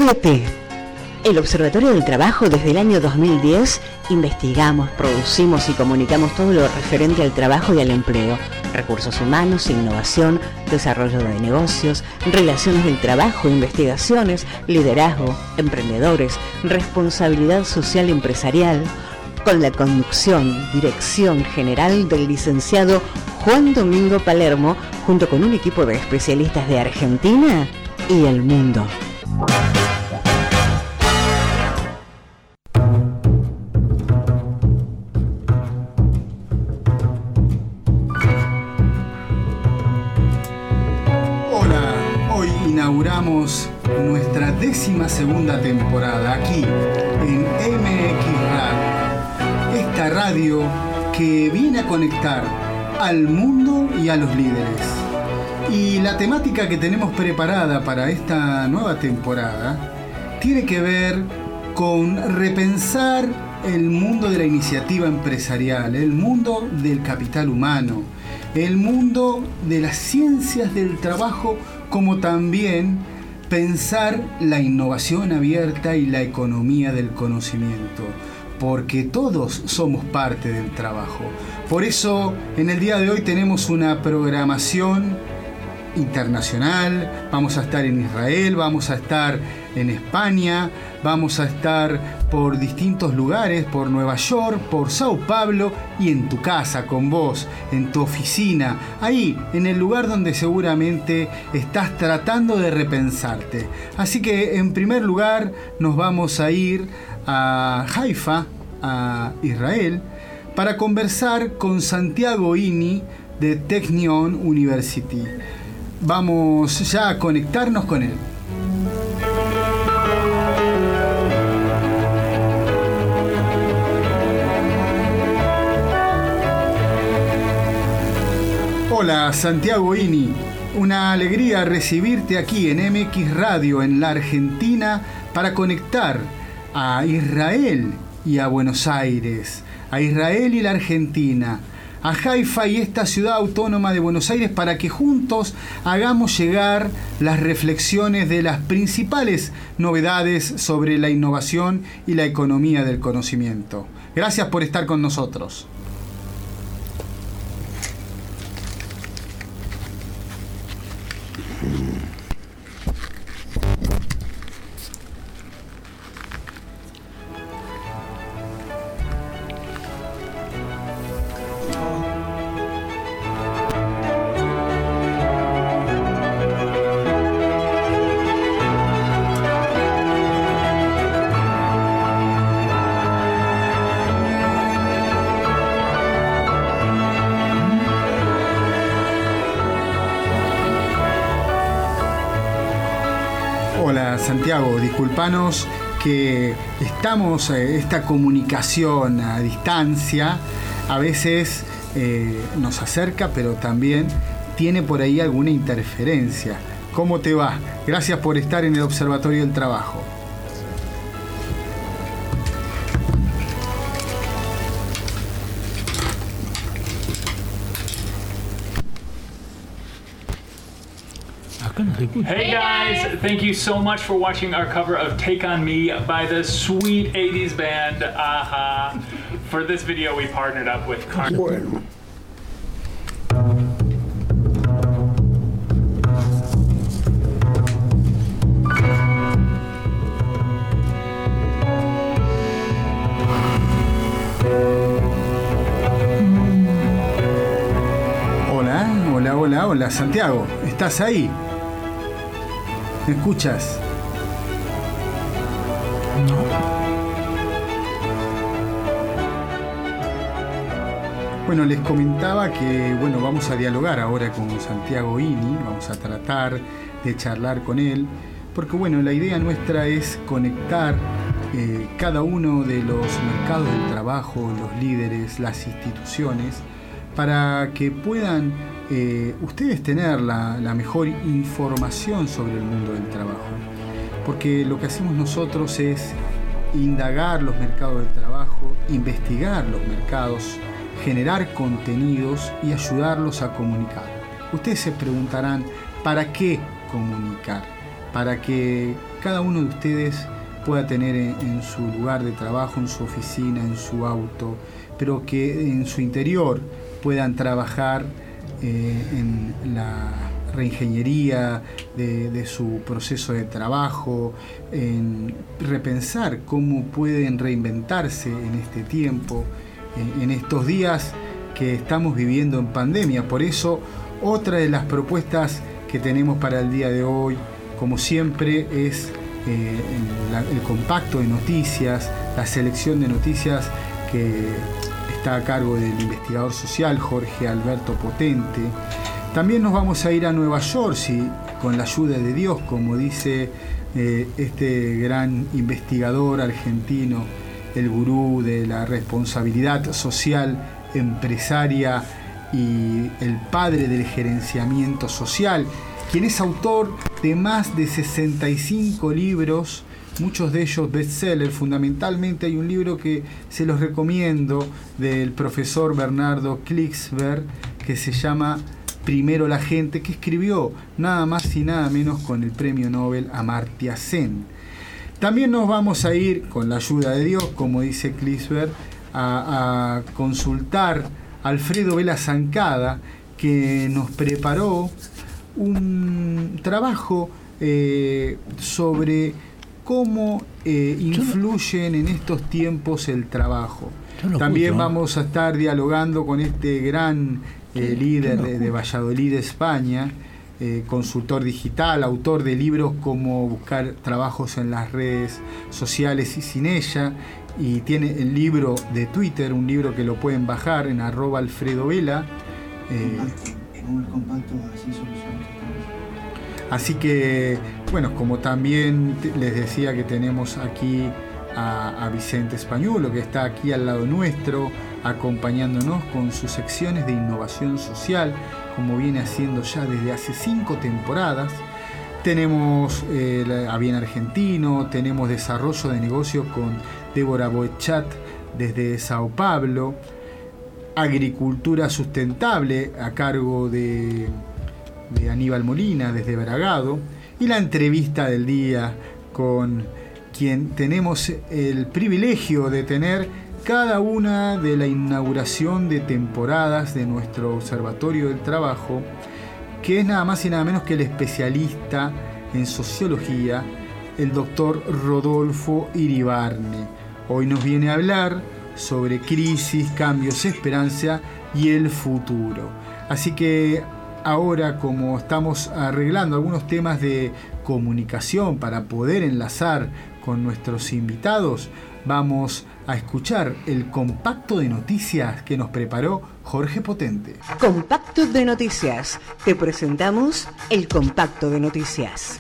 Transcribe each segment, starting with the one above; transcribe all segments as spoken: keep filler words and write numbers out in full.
O T, el Observatorio del Trabajo. Desde el año dos mil diez investigamos, producimos y comunicamos todo lo referente al trabajo y al empleo, recursos humanos, innovación, desarrollo de negocios, relaciones del trabajo, investigaciones, liderazgo, emprendedores, responsabilidad social y empresarial, con la conducción, dirección general del licenciado Juan Domingo Palermo, junto con un equipo de especialistas de Argentina y el mundo. Hola, hoy inauguramos nuestra décima segunda temporada aquí en M X Radio. Esta radio que viene a conectar al mundo y a los líderes. Y la temática que tenemos preparada para esta nueva temporada tiene que ver con repensar el mundo de la iniciativa empresarial, el mundo del capital humano, el mundo de las ciencias del trabajo, como también pensar la innovación abierta y la economía del conocimiento, porque todos somos parte del trabajo. Por eso, en el día de hoy tenemos una programación internacional. Vamos a estar en Israel, vamos a estar en España, vamos a estar por distintos lugares, por Nueva York, por Sao Paulo y en tu casa, con vos, en tu oficina, ahí, en el lugar donde seguramente estás tratando de repensarte. Así que, en primer lugar, nos vamos a ir a Haifa, a Israel, para conversar con Santiago Ini de Technion University. Vamos ya a conectarnos con él. Hola, Santiago Ini. Una alegría recibirte aquí en M X Radio en la Argentina para conectar a Israel y a Buenos Aires, a Israel y la Argentina, a Haifa y esta ciudad autónoma de Buenos Aires, para que juntos hagamos llegar las reflexiones de las principales novedades sobre la innovación y la economía del conocimiento. Gracias por estar con nosotros. Santiago, disculpanos que estamos, eh, esta comunicación a distancia a veces eh, nos acerca, pero también tiene por ahí alguna interferencia. ¿Cómo te va? Gracias por estar en el Observatorio del Trabajo. Hey guys, thank you so much for watching our cover of Take On Me by the sweet eighties band Aha. For this video we partnered up with Car- Bueno. Hola, hola, hola, hola, Santiago, ¿estás ahí? ¿Me escuchas? No. Bueno, les comentaba que, bueno, vamos a dialogar ahora con Santiago Ini, vamos a tratar de charlar con él, porque, bueno, la idea nuestra es conectar eh, cada uno de los mercados del trabajo, los líderes, las instituciones, para que puedan eh, ustedes tener la, la mejor información sobre el mundo del trabajo. Porque lo que hacemos nosotros es indagar los mercados del trabajo, investigar los mercados, generar contenidos y ayudarlos a comunicar. Ustedes se preguntarán, ¿para qué comunicar? Para que cada uno de ustedes pueda tener en, en su lugar de trabajo, en su oficina, en su auto, pero que en su interior puedan trabajar eh, en la reingeniería de, de su proceso de trabajo, en repensar cómo pueden reinventarse en este tiempo, en, en estos días que estamos viviendo en pandemia. Por eso, otra de las propuestas que tenemos para el día de hoy, como siempre, es eh, la, el compacto de noticias, la selección de noticias que está a cargo del investigador social Jorge Alberto Potente. También nos vamos a ir a Nueva Jersey con la ayuda de Dios, como dice eh, este gran investigador argentino, el gurú de la responsabilidad social empresaria y el padre del gerenciamiento social, quien es autor de más de sesenta y cinco libros, muchos de ellos bestsellers. Fundamentalmente hay un libro que se los recomiendo del profesor Bernardo Klicksberg que se llama Primero la gente, que escribió nada más y nada menos con el premio Nobel Amartya Sen. También nos vamos a ir, con la ayuda de Dios, como dice Klicksberg, a, a consultar a Alfredo Vela Zancada, que nos preparó un trabajo eh, sobre cómo eh, influyen en estos tiempos el trabajo. También escucho. Vamos a estar dialogando con este gran eh, líder de, de Valladolid, España, eh, consultor digital, autor de libros como Buscar trabajos en las redes sociales y sin ella, y tiene el libro de Twitter, un libro que lo pueden bajar en arroba Alfredo Vela. Eh, en un compacto así soluciones. Así que, bueno, como también les decía que tenemos aquí a, a Vicente Españulo, que está aquí al lado nuestro, acompañándonos con sus secciones de innovación social, como viene haciendo ya desde hace cinco temporadas. Tenemos eh, a Bien Argentino, tenemos desarrollo de negocios con Débora Boechat desde Sao Paulo, agricultura sustentable a cargo de... de Aníbal Molina desde Bragado, y la entrevista del día con quien tenemos el privilegio de tener cada una de la inauguración de temporadas de nuestro Observatorio del Trabajo, que es nada más y nada menos que el especialista en sociología, el doctor Rodolfo Iribarne. Hoy nos viene a hablar sobre crisis, cambios, esperanza y el futuro. Así que ahora, como estamos arreglando algunos temas de comunicación para poder enlazar con nuestros invitados, vamos a escuchar el compacto de noticias que nos preparó Jorge Potente. Compacto de noticias. Te presentamos el compacto de noticias.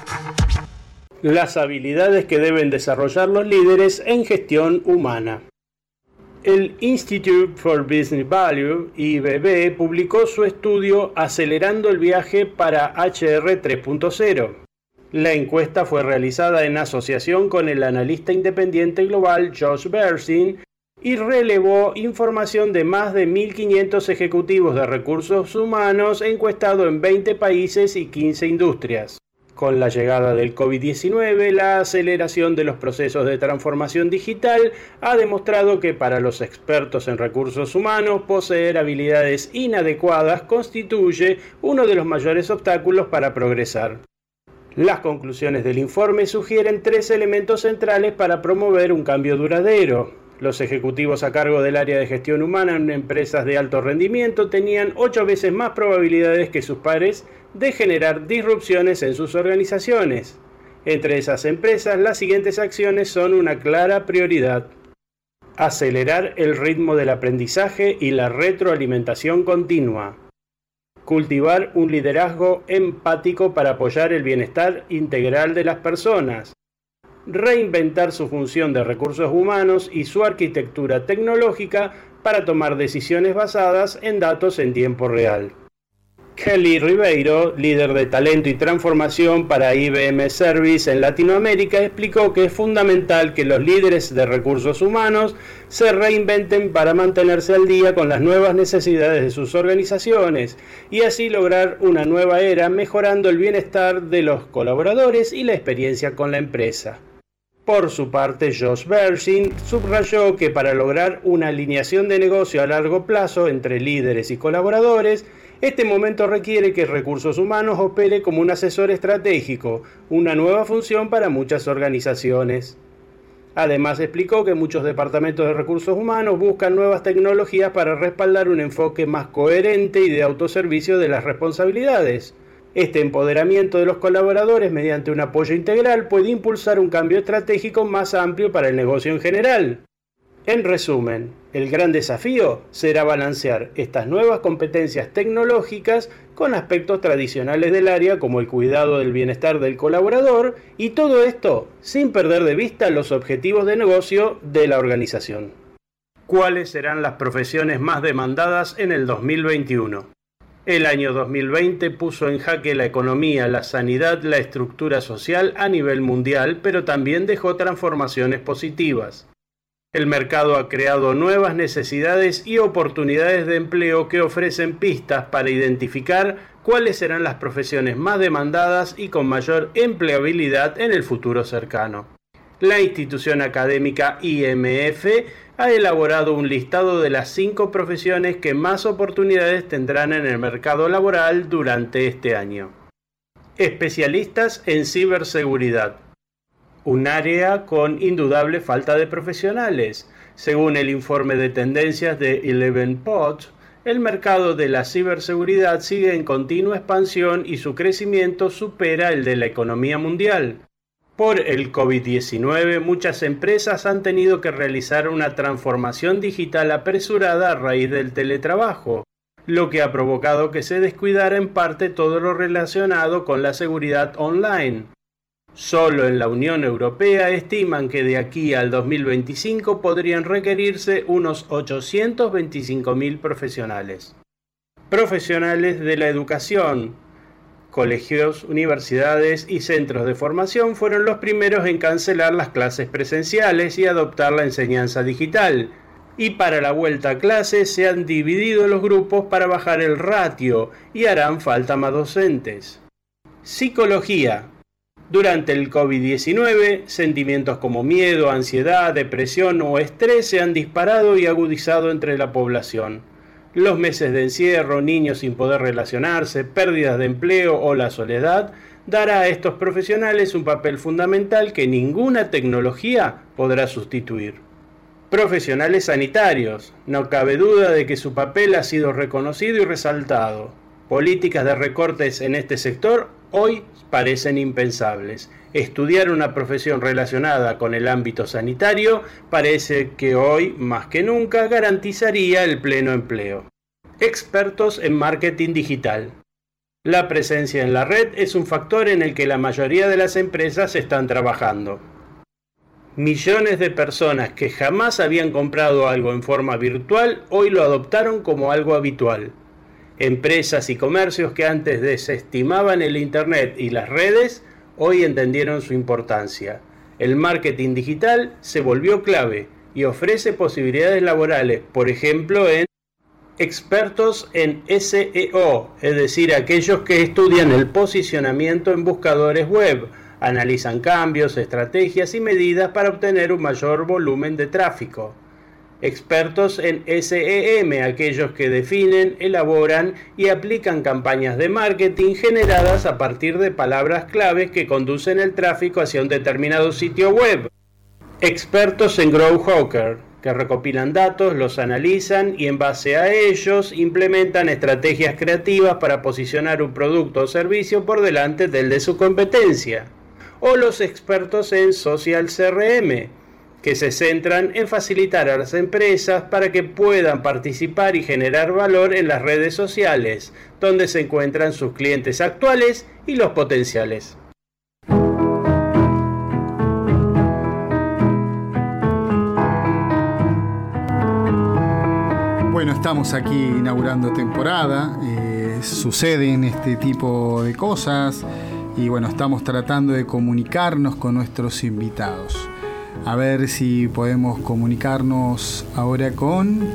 Las habilidades que deben desarrollar los líderes en gestión humana. El Institute for Business Value, I B B, publicó su estudio Acelerando el viaje para H R tres punto cero. La encuesta fue realizada en asociación con el analista independiente global Josh Bernstein y relevó información de más de mil quinientos ejecutivos de recursos humanos encuestados en veinte países y quince industrias. Con la llegada del COVID diecinueve, la aceleración de los procesos de transformación digital ha demostrado que para los expertos en recursos humanos, poseer habilidades inadecuadas constituye uno de los mayores obstáculos para progresar. Las conclusiones del informe sugieren tres elementos centrales para promover un cambio duradero. Los ejecutivos a cargo del área de gestión humana en empresas de alto rendimiento tenían ocho veces más probabilidades que sus pares de generar disrupciones en sus organizaciones. Entre esas empresas, las siguientes acciones son una clara prioridad. Acelerar el ritmo del aprendizaje y la retroalimentación continua. Cultivar un liderazgo empático para apoyar el bienestar integral de las personas. Reinventar su función de recursos humanos y su arquitectura tecnológica para tomar decisiones basadas en datos en tiempo real. Kelly Ribeiro, líder de talento y transformación para I B M Service en Latinoamérica, explicó que es fundamental que los líderes de recursos humanos se reinventen para mantenerse al día con las nuevas necesidades de sus organizaciones y así lograr una nueva era mejorando el bienestar de los colaboradores y la experiencia con la empresa. Por su parte, Josh Bersin subrayó que para lograr una alineación de negocio a largo plazo entre líderes y colaboradores, este momento requiere que Recursos Humanos opere como un asesor estratégico, una nueva función para muchas organizaciones. Además, explicó que muchos departamentos de recursos humanos buscan nuevas tecnologías para respaldar un enfoque más coherente y de autoservicio de las responsabilidades. Este empoderamiento de los colaboradores mediante un apoyo integral puede impulsar un cambio estratégico más amplio para el negocio en general. En resumen, el gran desafío será balancear estas nuevas competencias tecnológicas con aspectos tradicionales del área como el cuidado del bienestar del colaborador y todo esto sin perder de vista los objetivos de negocio de la organización. ¿Cuáles serán las profesiones más demandadas en el dos mil veintiuno? El año dos mil veinte puso en jaque la economía, la sanidad, la estructura social a nivel mundial, pero también dejó transformaciones positivas. El mercado ha creado nuevas necesidades y oportunidades de empleo que ofrecen pistas para identificar cuáles serán las profesiones más demandadas y con mayor empleabilidad en el futuro cercano. La institución académica I M F ha elaborado un listado de las cinco profesiones que más oportunidades tendrán en el mercado laboral durante este año. Especialistas en ciberseguridad. Un área con indudable falta de profesionales. Según el informe de tendencias de Eleven Pot, el mercado de la ciberseguridad sigue en continua expansión y su crecimiento supera el de la economía mundial. Por el COVID diecinueve, muchas empresas han tenido que realizar una transformación digital apresurada a raíz del teletrabajo, lo que ha provocado que se descuidara en parte todo lo relacionado con la seguridad online. Solo en la Unión Europea estiman que de aquí al dos mil veinticinco podrían requerirse unos ochocientos veinticinco mil profesionales. Profesionales de la educación. Colegios, universidades y centros de formación fueron los primeros en cancelar las clases presenciales y adoptar la enseñanza digital. Y para la vuelta a clases se han dividido los grupos para bajar el ratio y harán falta más docentes. Psicología. Durante el COVID diecinueve, sentimientos como miedo, ansiedad, depresión o estrés se han disparado y agudizado entre la población. Los meses de encierro, niños sin poder relacionarse, pérdidas de empleo o la soledad dará a estos profesionales un papel fundamental que ninguna tecnología podrá sustituir. Profesionales sanitarios. No cabe duda de que su papel ha sido reconocido y resaltado. Políticas de recortes en este sector hoy parecen impensables. Estudiar una profesión relacionada con el ámbito sanitario parece que hoy, más que nunca, garantizaría el pleno empleo. Expertos en marketing digital. La presencia en la red es un factor en el que la mayoría de las empresas están trabajando. Millones de personas que jamás habían comprado algo en forma virtual hoy lo adoptaron como algo habitual. Empresas y comercios que antes desestimaban el Internet y las redes, hoy entendieron su importancia. El marketing digital se volvió clave y ofrece posibilidades laborales, por ejemplo en expertos en S E O, es decir, aquellos que estudian el posicionamiento en buscadores web, analizan cambios, estrategias y medidas para obtener un mayor volumen de tráfico. Expertos en S E M, aquellos que definen, elaboran y aplican campañas de marketing generadas a partir de palabras claves que conducen el tráfico hacia un determinado sitio web. Expertos en Growth Hacker, que recopilan datos, los analizan y en base a ellos implementan estrategias creativas para posicionar un producto o servicio por delante del de su competencia. O los expertos en Social C R M, que se centran en facilitar a las empresas para que puedan participar y generar valor en las redes sociales, donde se encuentran sus clientes actuales y los potenciales. Bueno, estamos aquí inaugurando temporada. Eh, suceden este tipo de cosas y bueno, estamos tratando de comunicarnos con nuestros invitados. A ver si podemos comunicarnos ahora con...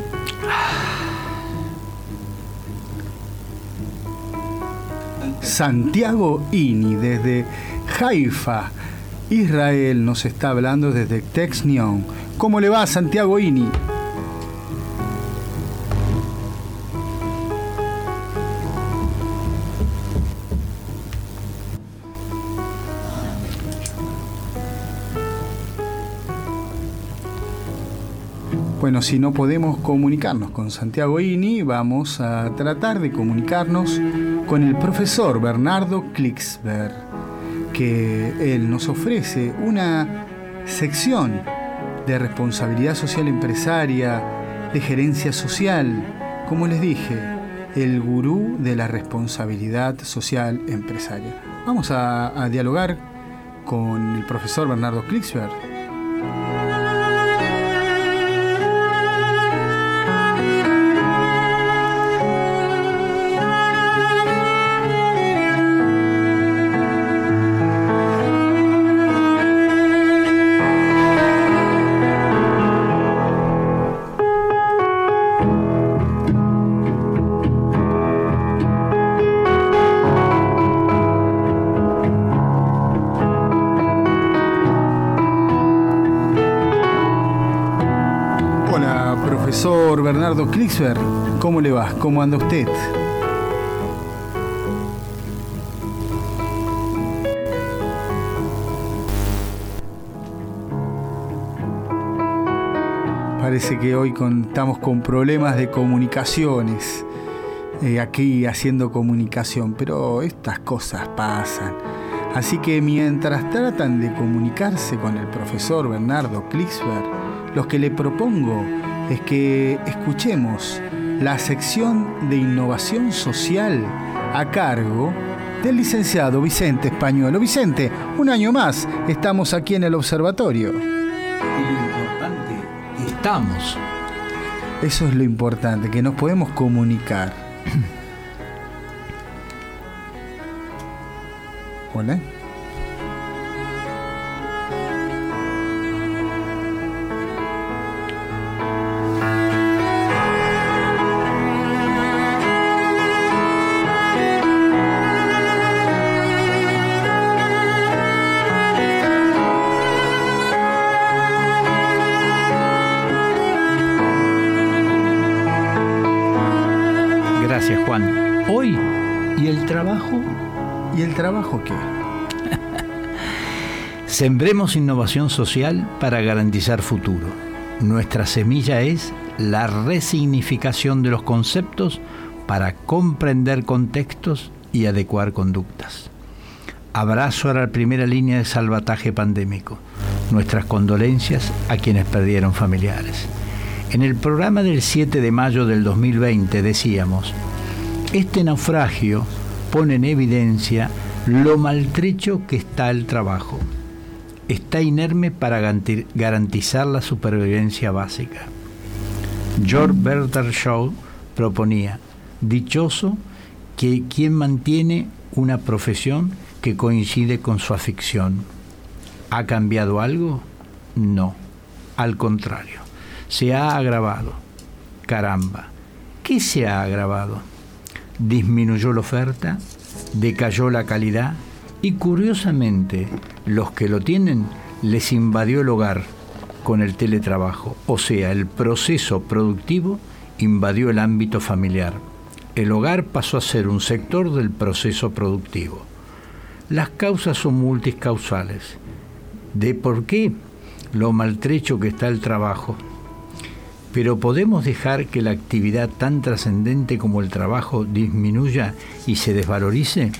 Santiago Ini, desde Haifa, Israel, nos está hablando desde Texnion. ¿Cómo le va, Santiago Ini? Bueno, si no podemos comunicarnos con Santiago Ini, vamos a tratar de comunicarnos con el profesor Bernardo Klicksberg, que él nos ofrece una sección de responsabilidad social empresaria, de gerencia social, como les dije, el gurú de la responsabilidad social empresaria. Vamos a, a dialogar con el profesor Bernardo Klicksberg. Bernardo Klicksberg, ¿cómo le va? ¿Cómo anda usted? Parece que hoy contamos con problemas de comunicaciones, eh, aquí haciendo comunicación, pero estas cosas pasan. Así que mientras tratan de comunicarse con el profesor Bernardo Klicksberg, lo que le propongo es que escuchemos la sección de innovación social a cargo del licenciado Vicente Españolo. Vicente, un año más estamos aquí en el observatorio. Y lo importante, estamos. Eso es lo importante, que nos podemos comunicar. Hola. Gracias, Juan. Hoy, ¿y el trabajo? ¿Y el trabajo qué? Sembremos innovación social para garantizar futuro. Nuestra semilla es la resignificación de los conceptos para comprender contextos y adecuar conductas. Abrazo a la primera línea de salvataje pandémico. Nuestras condolencias a quienes perdieron familiares. En el programa del siete de mayo del dos mil veinte decíamos: este naufragio pone en evidencia lo maltrecho que está el trabajo. Está inerme para garantizar la supervivencia básica. George Bernard Shaw proponía: dichoso que quien mantiene una profesión que coincide con su afición. ¿Ha cambiado algo? No, al contrario. Se ha agravado. Caramba, ¿qué se ha agravado? Disminuyó la oferta, decayó la calidad y, curiosamente, los que lo tienen les invadió el hogar con el teletrabajo. O sea, el proceso productivo invadió el ámbito familiar. El hogar pasó a ser un sector del proceso productivo. Las causas son multicausales. ¿De por qué? Lo maltrecho que está el trabajo. Pero ¿podemos dejar que la actividad tan trascendente como el trabajo disminuya y se desvalorice?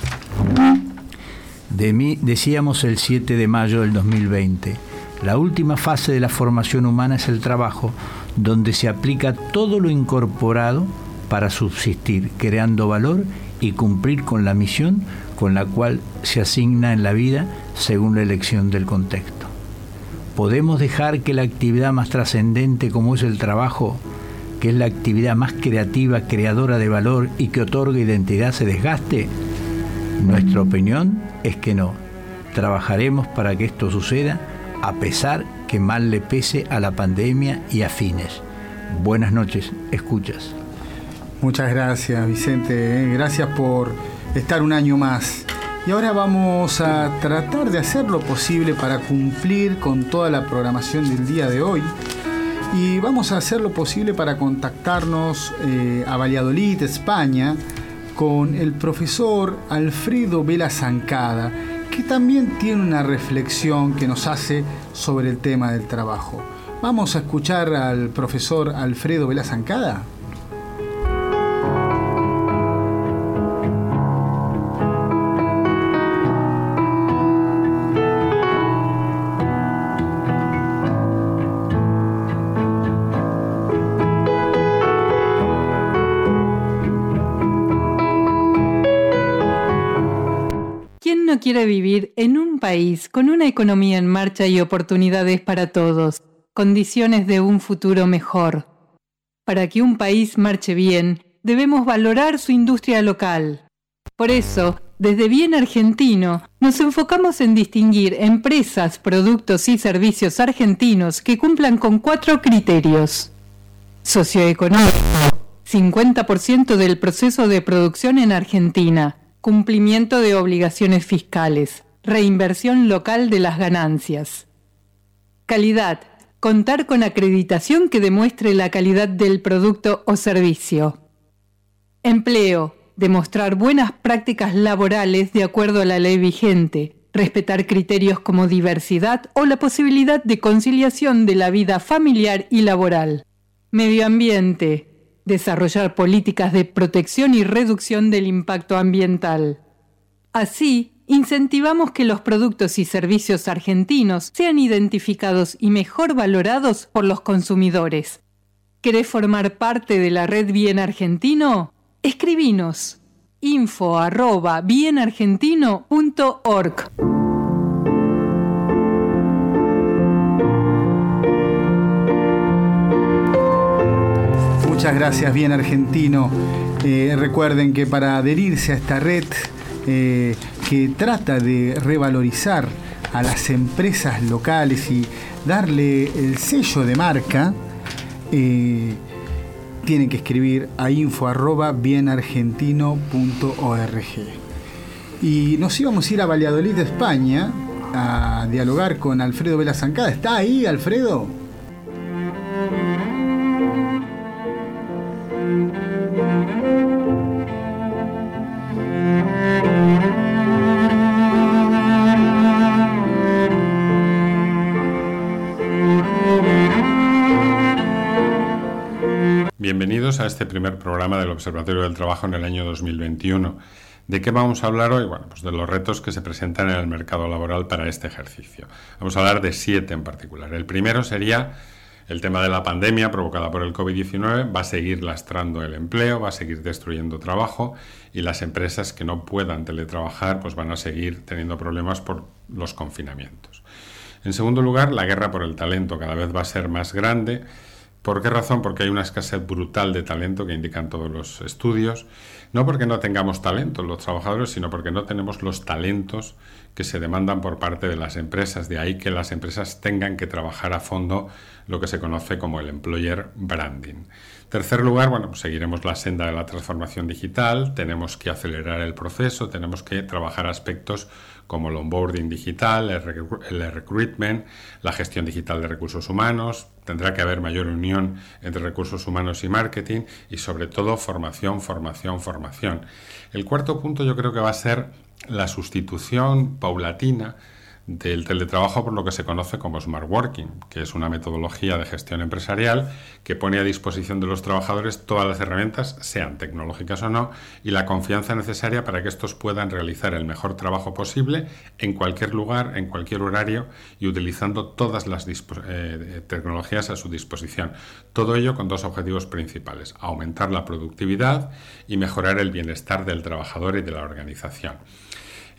De mí, decíamos el siete de mayo del dos mil veinte, la última fase de la formación humana es el trabajo, donde se aplica todo lo incorporado para subsistir, creando valor y cumplir con la misión con la cual se asigna en la vida según la elección del contexto. ¿Podemos dejar que la actividad más trascendente como es el trabajo que es la actividad más creativa, creadora de valor y que otorga identidad, se desgaste? Nuestra opinión es que no. Trabajaremos para que esto suceda a pesar que mal le pese a la pandemia y afines. Buenas noches, escuchas. Muchas gracias, Vicente. Gracias por estar un año más. Y ahora vamos a tratar de hacer lo posible para cumplir con toda la programación del día de hoy. Y vamos a hacer lo posible para contactarnos eh, a Valladolid, España, con el profesor Alfredo Vela Zancada, que también tiene una reflexión que nos hace sobre el tema del trabajo. Vamos a escuchar al profesor Alfredo Vela Zancada. Quiere vivir en un país con una economía en marcha y oportunidades para todos, condiciones de un futuro mejor. Para que un país marche bien, debemos valorar su industria local. Por eso, desde Bien Argentino, nos enfocamos en distinguir empresas, productos y servicios argentinos que cumplan con cuatro criterios. Socioeconómico, cincuenta por ciento del proceso de producción en Argentina. Cumplimiento de obligaciones fiscales, reinversión local de las ganancias. Calidad, contar con acreditación que demuestre la calidad del producto o servicio. Empleo, demostrar buenas prácticas laborales de acuerdo a la ley vigente, respetar criterios como diversidad o la posibilidad de conciliación de la vida familiar y laboral. Medio ambiente, desarrollar políticas de protección y reducción del impacto ambiental. Así, incentivamos que los productos y servicios argentinos sean identificados y mejor valorados por los consumidores. ¿Querés formar parte de la red Bien Argentino? Escribinos info arroba bienargentino punto org. Muchas gracias, Bien Argentino. Eh, recuerden que para adherirse a esta red eh, que trata de revalorizar a las empresas locales y darle el sello de marca, eh, tienen que escribir a info arroba bienargentino punto org. Y nos íbamos a ir a Valladolid, España, a dialogar con Alfredo Vela Zancada. ¿Está ahí, Alfredo? Bienvenidos a este primer programa del Observatorio del Trabajo en el año dos mil veintiuno. ¿De qué vamos a hablar hoy? Bueno, pues de los retos que se presentan en el mercado laboral para este ejercicio. Vamos a hablar de siete en particular. El primero sería el tema de la pandemia provocada por el covid diecinueve. Va a seguir lastrando el empleo, va a seguir destruyendo trabajo y las empresas que no puedan teletrabajar pues van a seguir teniendo problemas por los confinamientos. En segundo lugar, la guerra por el talento cada vez va a ser más grande. ¿Por qué razón? Porque hay una escasez brutal de talento que indican todos los estudios. No porque no tengamos talento los trabajadores, sino porque no tenemos los talentos que se demandan por parte de las empresas. De ahí que las empresas tengan que trabajar a fondo lo que se conoce como el employer branding. Tercer lugar, bueno, pues seguiremos la senda de la transformación digital. Tenemos que acelerar el proceso, tenemos que trabajar aspectos como el onboarding digital, el, recru- el recruitment, la gestión digital de recursos humanos. Tendrá que haber mayor unión entre recursos humanos y marketing y sobre todo formación, formación, formación. El cuarto punto yo creo que va a ser la sustitución paulatina del teletrabajo por lo que se conoce como Smart Working, que es una metodología de gestión empresarial que pone a disposición de los trabajadores todas las herramientas, sean tecnológicas o no, y la confianza necesaria para que estos puedan realizar el mejor trabajo posible en cualquier lugar, en cualquier horario y utilizando todas las dispo- eh, tecnologías a su disposición. Todo ello con dos objetivos principales: aumentar la productividad y mejorar el bienestar del trabajador y de la organización.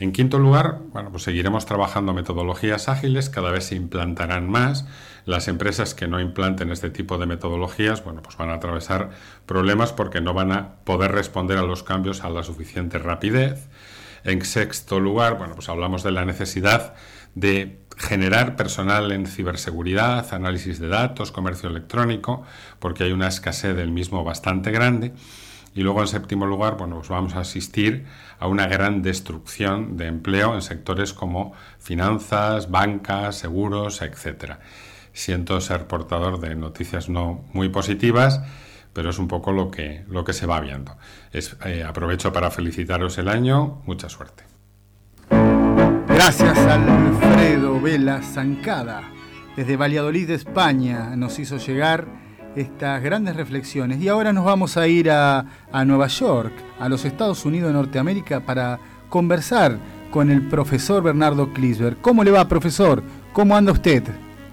En quinto lugar, bueno, pues seguiremos trabajando metodologías ágiles, cada vez se implantarán más. Las empresas que no implanten este tipo de metodologías, bueno, pues van a atravesar problemas porque no van a poder responder a los cambios a la suficiente rapidez. En sexto lugar, bueno, pues hablamos de la necesidad de generar personal en ciberseguridad, análisis de datos, comercio electrónico, porque hay una escasez del mismo bastante grande. Y luego, en séptimo lugar, bueno, pues vamos a asistir a una gran destrucción de empleo en sectores como finanzas, bancas, seguros, etcétera. Siento ser portador de noticias no muy positivas, pero es un poco lo que, lo que se va viendo. Es, eh, aprovecho para felicitaros el año. Mucha suerte. Gracias a Alfredo Vela Zancada. Desde Valladolid, España, nos hizo llegar estas grandes reflexiones. Y ahora nos vamos a ir a, a Nueva York, a los Estados Unidos de Norteamérica, para conversar con el profesor Bernardo Kliesberg. ¿Cómo le va, profesor? ¿Cómo anda usted?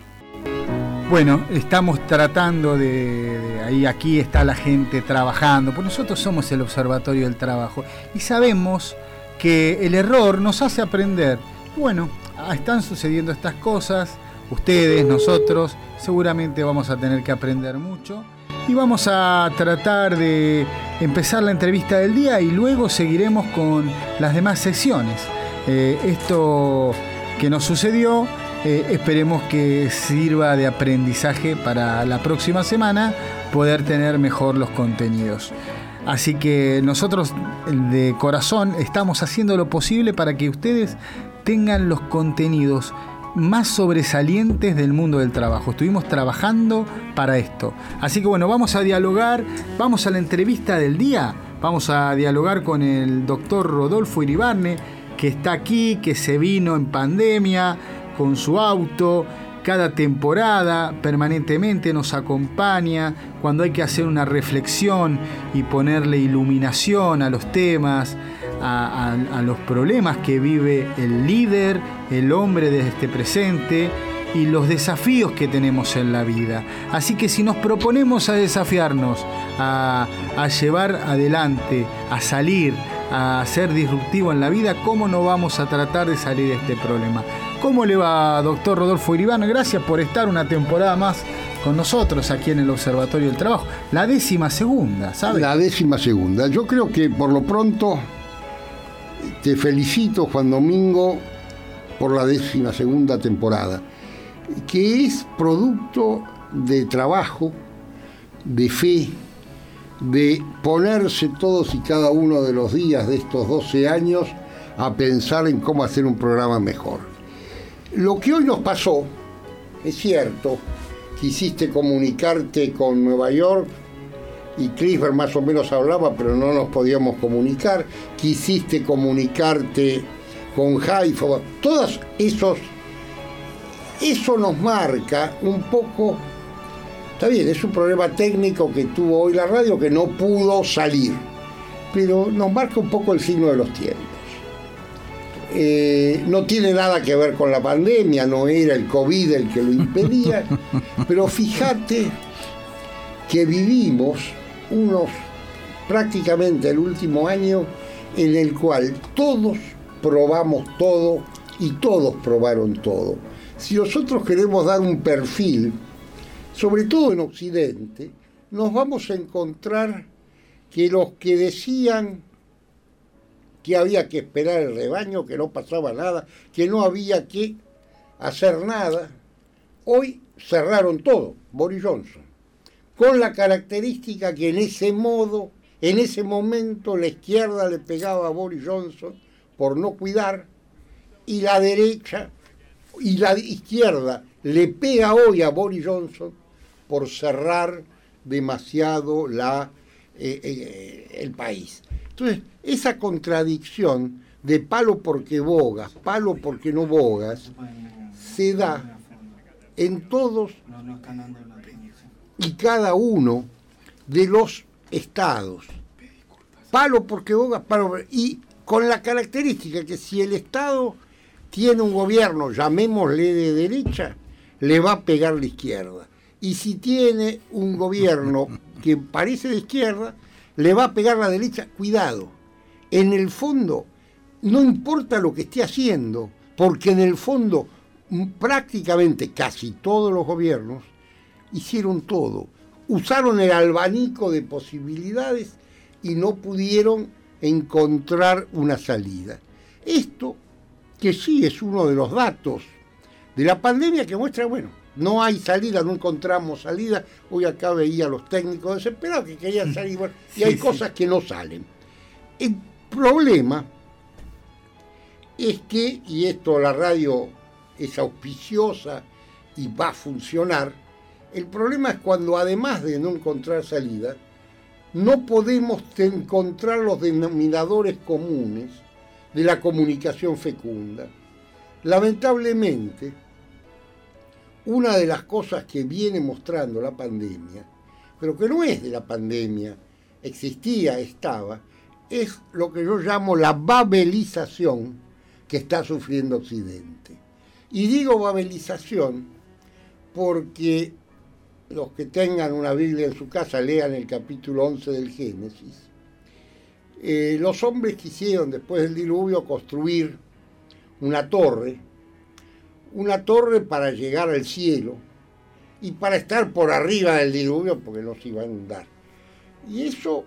Bueno, estamos tratando de, de... ahí aquí está la gente trabajando, pues nosotros somos el Observatorio del Trabajo y sabemos que el error nos hace aprender. Bueno, están sucediendo estas cosas, ustedes, nosotros, seguramente vamos a tener que aprender mucho y vamos a tratar de empezar la entrevista del día y luego seguiremos con las demás secciones. Eh, esto que nos sucedió, eh, esperemos que sirva de aprendizaje para la próxima semana poder tener mejor los contenidos. Así que nosotros de corazón estamos haciendo lo posible para que ustedes tengan los contenidos más sobresalientes del mundo del trabajo. Estuvimos trabajando para esto. Así que bueno, vamos a dialogar, vamos a la entrevista del día, vamos a dialogar con el doctor Rodolfo Iribarne, que está aquí, que se vino en pandemia con su auto, cada temporada permanentemente nos acompaña cuando hay que hacer una reflexión y ponerle iluminación a los temas, a, a, a los problemas que vive el líder, el hombre desde este presente y los desafíos que tenemos en la vida. Así que si nos proponemos a desafiarnos, a, a llevar adelante, a salir, a ser disruptivo en la vida, ¿cómo no vamos a tratar de salir de este problema? ¿Cómo le va, doctor Rodolfo Iribarne? Gracias por estar una temporada más con nosotros aquí en el Observatorio del Trabajo. La décima segunda, ¿sabe? La décima segunda. Yo creo que por lo pronto te felicito, Juan Domingo, por la décima segunda temporada, que es producto de trabajo, de fe, de ponerse todos y cada uno de los días de estos doce años a pensar en cómo hacer un programa mejor. Lo que hoy nos pasó, es cierto, quisiste comunicarte con Nueva York y Kliesberg más o menos hablaba, pero no nos podíamos comunicar, quisiste comunicarte con Haifa, todos esos, eso nos marca un poco, está bien, es un problema técnico que tuvo hoy la radio que no pudo salir, pero nos marca un poco el signo de los tiempos. Eh, no tiene nada que ver con la pandemia, no era el COVID el que lo impedía, pero fíjate que vivimos unos prácticamente el último año en el cual todos probamos todo y todos probaron todo. Si nosotros queremos dar un perfil, sobre todo en Occidente, nos vamos a encontrar que los que decían que había que esperar el rebaño, que no pasaba nada, que no había que hacer nada, hoy cerraron todo, Boris Johnson, con la característica que en ese modo, en ese momento la izquierda le pegaba a Boris Johnson por no cuidar, y la derecha y la izquierda le pega hoy a Boris Johnson por cerrar demasiado la, eh, eh, el país. Entonces, esa contradicción de palo porque bogas, palo porque no bogas, se da en todos y cada uno de los estados. Palo porque bogas, palo, y con la característica que si el Estado tiene un gobierno, llamémosle de derecha, le va a pegar la izquierda. Y si tiene un gobierno que parece de izquierda, le va a pegar la derecha. Cuidado, en el fondo no importa lo que esté haciendo, porque en el fondo prácticamente casi todos los gobiernos hicieron todo, usaron el abanico de posibilidades y no pudieron encontrar una salida. Esto, que sí es uno de los datos de la pandemia que muestra, bueno, no hay salida, no encontramos salida. Hoy acá veía a los técnicos desesperados que querían salir, bueno, y sí, hay sí. cosas que no salen. El problema es que, y esto la radio es auspiciosa y va a funcionar, el problema es cuando además de no encontrar salida, no podemos encontrar los denominadores comunes de la comunicación fecunda. Lamentablemente, una de las cosas que viene mostrando la pandemia, pero que no es de la pandemia, existía, estaba, es lo que yo llamo la babelización que está sufriendo Occidente. Y digo babelización porque los que tengan una Biblia en su casa lean el capítulo once del Génesis. Eh, los hombres quisieron, después del diluvio, construir una torre, una torre para llegar al cielo y para estar por arriba del diluvio porque no se iba a inundar. Y eso,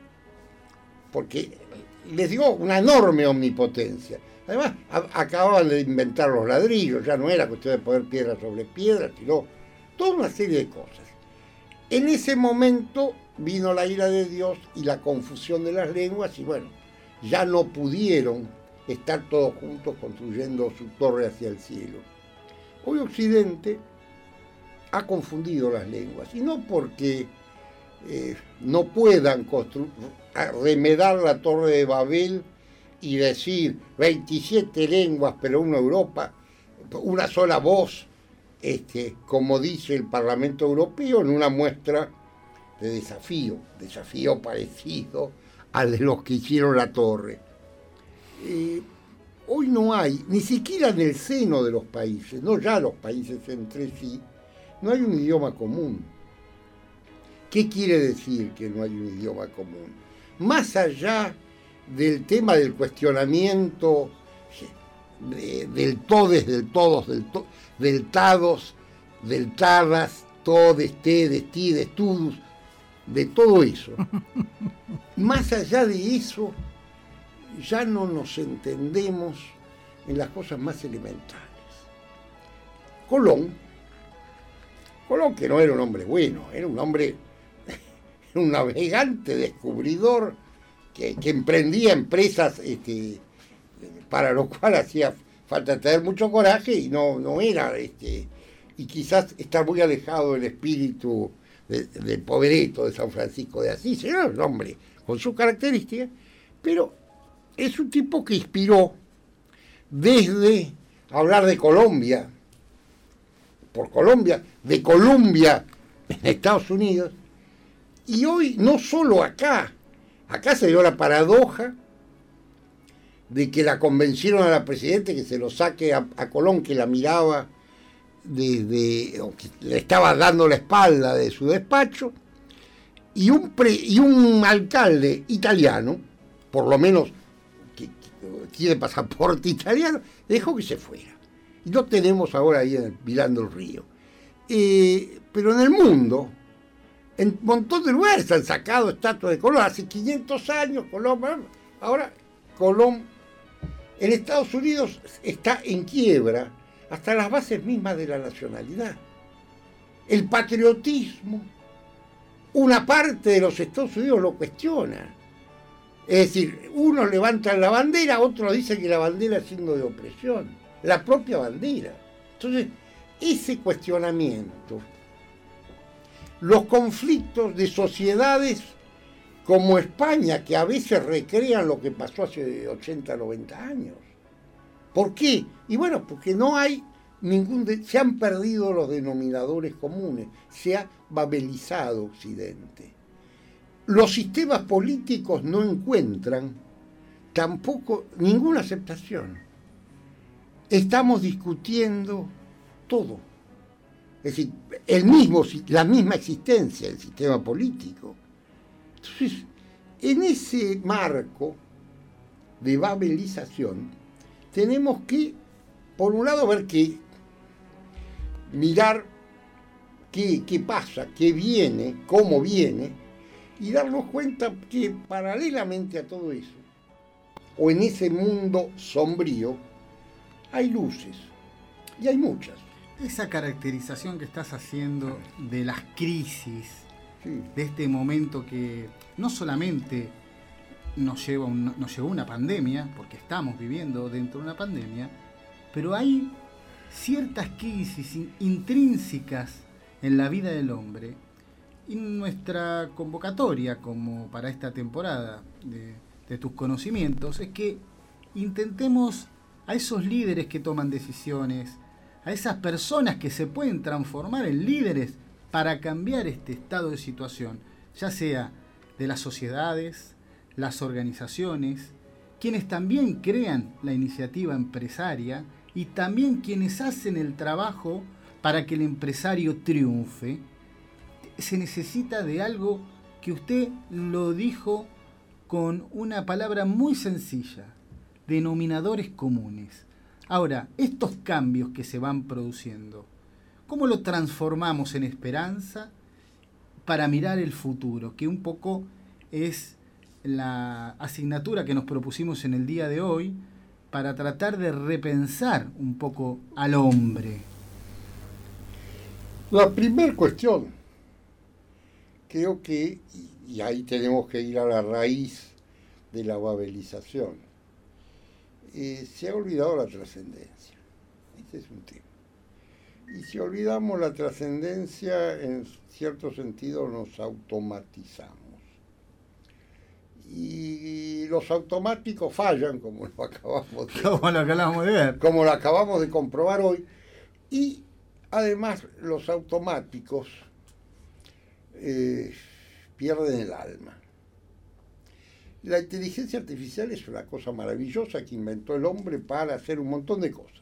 porque les dio una enorme omnipotencia. Además, a- acababan de inventar los ladrillos, ya no era cuestión de poner piedra sobre piedra, sino toda una serie de cosas. En ese momento vino la ira de Dios y la confusión de las lenguas y bueno, ya no pudieron estar todos juntos construyendo su torre hacia el cielo. Hoy Occidente ha confundido las lenguas, y no porque eh, no puedan constru- remedar la torre de Babel y decir veintisiete lenguas, pero una Europa, una sola voz, este, como dice el Parlamento Europeo, en una muestra de desafío, desafío parecido al de los que hicieron la torre. Eh, hoy no hay, ni siquiera en el seno de los países, no ya los países entre sí, no hay un idioma común. ¿Qué quiere decir que no hay un idioma común? Más allá del tema del cuestionamiento de, del todes, del todos, del, to, del tados, del tadas, todes, tedes, tides, tudus, de todo eso. Más allá de eso, ya no nos entendemos en las cosas más elementales. Colón, Colón que no era un hombre bueno, era un hombre, un navegante, descubridor, que, que emprendía empresas este, para lo cual hacía falta tener mucho coraje y no, no era, este, y quizás estar muy alejado del espíritu de, del Povereto de San Francisco de Asís. Era un hombre con sus características, pero es un tipo que inspiró desde hablar de Colombia, por Colombia, de Columbia en Estados Unidos, y hoy no solo acá, acá se dio la paradoja de que la convencieron a la presidenta que se lo saque a, a Colón, que la miraba desde, o que le estaba dando la espalda de su despacho, y un, pre, y un alcalde italiano, por lo menos que, que tiene pasaporte italiano, dejó que se fuera. Y lo tenemos ahora ahí en el, mirando el río. Eh, pero en el mundo, en un montón de lugares han sacado estatuas de Colón. Hace quinientos años Colón, ahora Colón en Estados Unidos está en quiebra hasta las bases mismas de la nacionalidad. El patriotismo, una parte de los Estados Unidos lo cuestiona. Es decir, unos levantan la bandera, otros dicen que la bandera es signo de opresión. La propia bandera. Entonces, ese cuestionamiento, los conflictos de sociedades como España, que a veces recrean lo que pasó hace ochenta, noventa años. ¿Por qué? Y bueno, porque no hay ningún... De, se han perdido los denominadores comunes, se ha babelizado Occidente. Los sistemas políticos no encuentran tampoco ninguna aceptación. Estamos discutiendo todo. Es decir, el mismo, la misma existencia del sistema político. Entonces, en ese marco, de babelización, tenemos que, por un lado, ver qué, mirar qué, qué pasa, qué viene, cómo viene, y darnos cuenta que paralelamente a todo eso, o en ese mundo sombrío, hay luces, y hay muchas. Esa caracterización que estás haciendo de las crisis, Sí. de este momento que no solamente nos lleva un, nos llevó una pandemia, porque estamos viviendo dentro de una pandemia, pero hay ciertas crisis in- intrínsecas en la vida del hombre. Y nuestra convocatoria, como para esta temporada de, de tus conocimientos, es que intentemos a esos líderes que toman decisiones, a esas personas que se pueden transformar en líderes para cambiar este estado de situación, ya sea de las sociedades, las organizaciones, quienes también crean la iniciativa empresaria y también quienes hacen el trabajo para que el empresario triunfe. Se necesita de algo que usted lo dijo con una palabra muy sencilla, denominadores comunes. Ahora, estos cambios que se van produciendo, ¿cómo lo transformamos en esperanza para mirar el futuro? Que un poco es la asignatura que nos propusimos en el día de hoy para tratar de repensar un poco al hombre. La primera cuestión, creo que, y ahí tenemos que ir a la raíz de la babelización, eh, se ha olvidado la trascendencia. Ese es un tema. Y si olvidamos la trascendencia, en cierto sentido nos automatizamos. Y los automáticos fallan, como lo acabamos de, Como lo acabamos de ver. como lo acabamos de comprobar hoy. Y además los automáticos eh, pierden el alma. La inteligencia artificial es una cosa maravillosa que inventó el hombre para hacer un montón de cosas.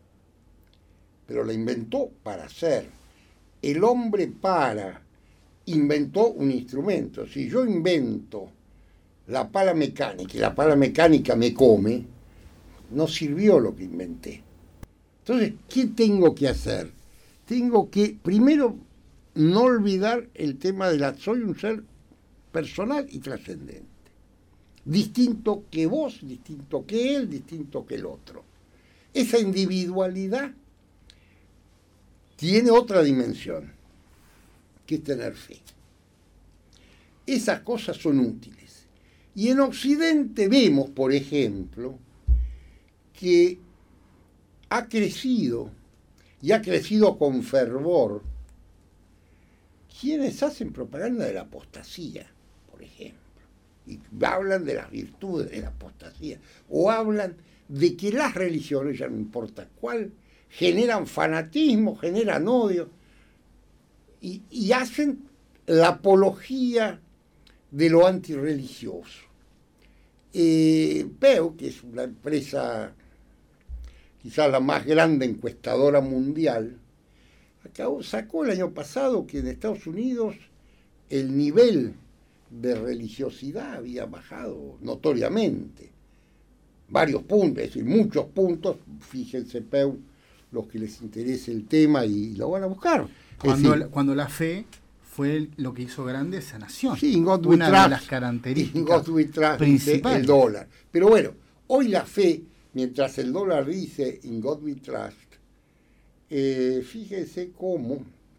Pero la inventó para hacer. El hombre para inventó un instrumento. Si yo invento la pala mecánica y la pala mecánica me come, no sirvió lo que inventé. Entonces, ¿qué tengo que hacer? Tengo que, primero, no olvidar el tema de la... Soy un ser personal y trascendente. Distinto que vos, distinto que él, distinto que el otro. Esa individualidad tiene otra dimensión, que es tener fe. Esas cosas son útiles. Y en Occidente vemos, por ejemplo, que ha crecido, y ha crecido con fervor, quienes hacen propaganda de la apostasía, por ejemplo, y hablan de las virtudes de la apostasía, o hablan de que las religiones, ya no importa cuál, generan fanatismo, generan odio, y, y hacen la apología de lo antirreligioso. Eh, Pew, que es una empresa quizás la más grande encuestadora mundial, acabó, sacó el año pasado que en Estados Unidos el nivel de religiosidad había bajado notoriamente. Varios puntos, es decir, muchos puntos, fíjense, Pew, los que les interese el tema y lo van a buscar. Cuando, decir, la, cuando la fe fue lo que hizo grande esa nación. Sí, in God we una trust, de las características in God we trust, principales. el dólar. Pero bueno, hoy la fe, mientras el dólar dice in God we trust, eh, fíjese cómo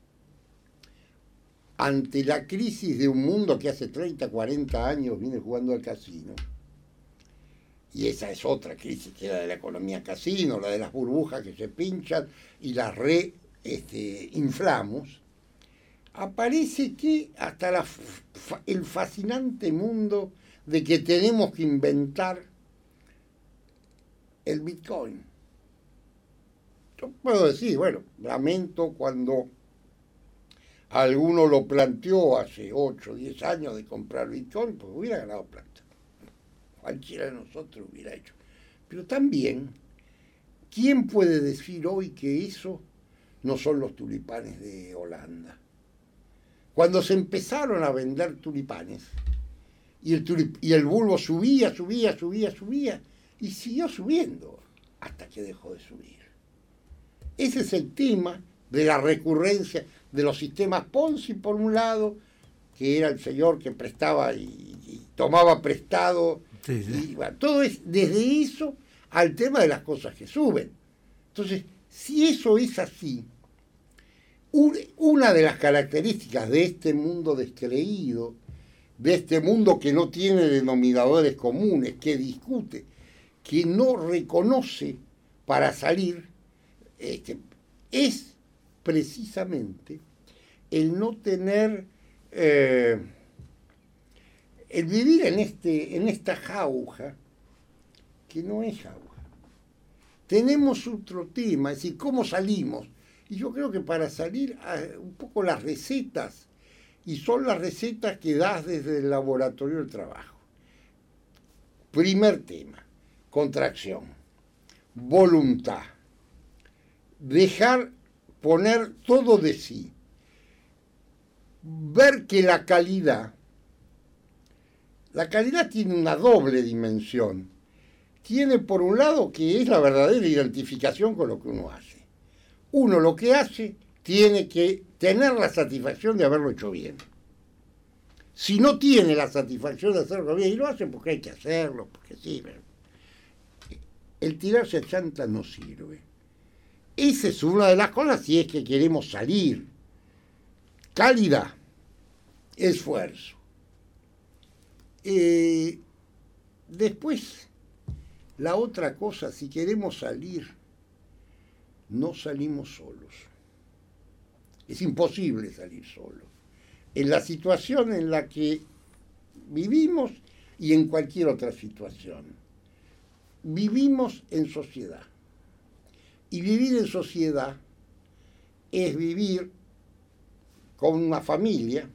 ante la crisis de un mundo que hace treinta, cuarenta años viene jugando al casino, y esa es otra crisis, que era de la economía casino, la de las burbujas que se pinchan y las re este, inflamos, aparece que hasta la, fa, el fascinante mundo de que tenemos que inventar el Bitcoin. Yo puedo decir, bueno, lamento cuando alguno lo planteó hace ocho o diez años de comprar Bitcoin, pues hubiera ganado plata. Cualquiera de nosotros hubiera hecho. Pero también, ¿quién puede decir hoy que eso no son los tulipanes de Holanda? Cuando se empezaron a vender tulipanes, y el, tulip, y el bulbo subía, subía, subía, subía, y siguió subiendo hasta que dejó de subir. Ese es el tema de la recurrencia de los sistemas Ponzi, por un lado, que era el señor que prestaba y, y tomaba prestado. Sí, sí. Y, bueno, todo es desde eso al tema de las cosas que suben. Entonces, si eso es así, un, una de las características de este mundo descreído, de este mundo que no tiene denominadores comunes, que discute, que no reconoce para salir, este, es precisamente el no tener, eh, el vivir en, este, en esta jauja, que no es jauja. Tenemos otro tema, es decir, ¿cómo salimos? Y yo creo que para salir, un poco las recetas, y son las recetas que das desde el laboratorio del trabajo. Primer tema, contracción, voluntad, dejar poner todo de sí, ver que la calidad, la calidad tiene una doble dimensión. Tiene por un lado que es la verdadera identificación con lo que uno hace. Uno lo que hace tiene que tener la satisfacción de haberlo hecho bien. Si no tiene la satisfacción de hacerlo bien, y lo hace porque hay que hacerlo, porque sirve, el tirarse a chanta no sirve. Esa es una de las cosas si es que queremos salir. Calidad, esfuerzo. Eh, después, la otra cosa, si queremos salir, no salimos solos. Es imposible salir solo. En la situación en la que vivimos y en cualquier otra situación. Vivimos en sociedad. Y vivir en sociedad es vivir con una familia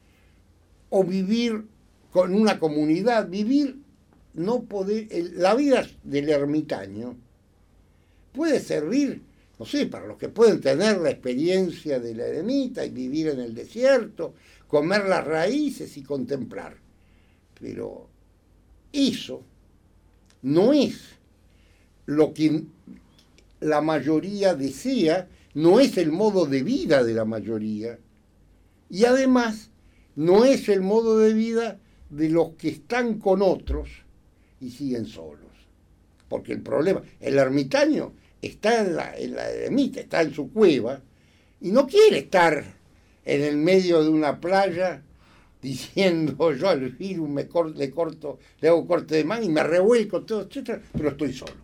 o vivir con una comunidad. Vivir, no poder, el, la vida del ermitaño puede servir, no sé, para los que pueden tener la experiencia de la eremita y vivir en el desierto, comer las raíces y contemplar. Pero eso no es lo que la mayoría desea, no es el modo de vida de la mayoría. Y además, no es el modo de vida de los que están con otros y siguen solos. Porque el problema, el ermitaño está en la, en la eremita, está en su cueva, y no quiere estar en el medio de una playa diciendo yo al virus me cor, le corto, le hago corte de mano y me revuelco, todo, etcétera, pero estoy solo.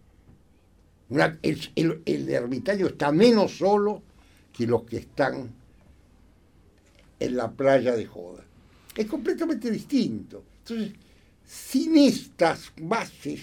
Una, el, el, el ermitaño está menos solo que los que están en la playa de joda. Es completamente distinto. Entonces, sin estas bases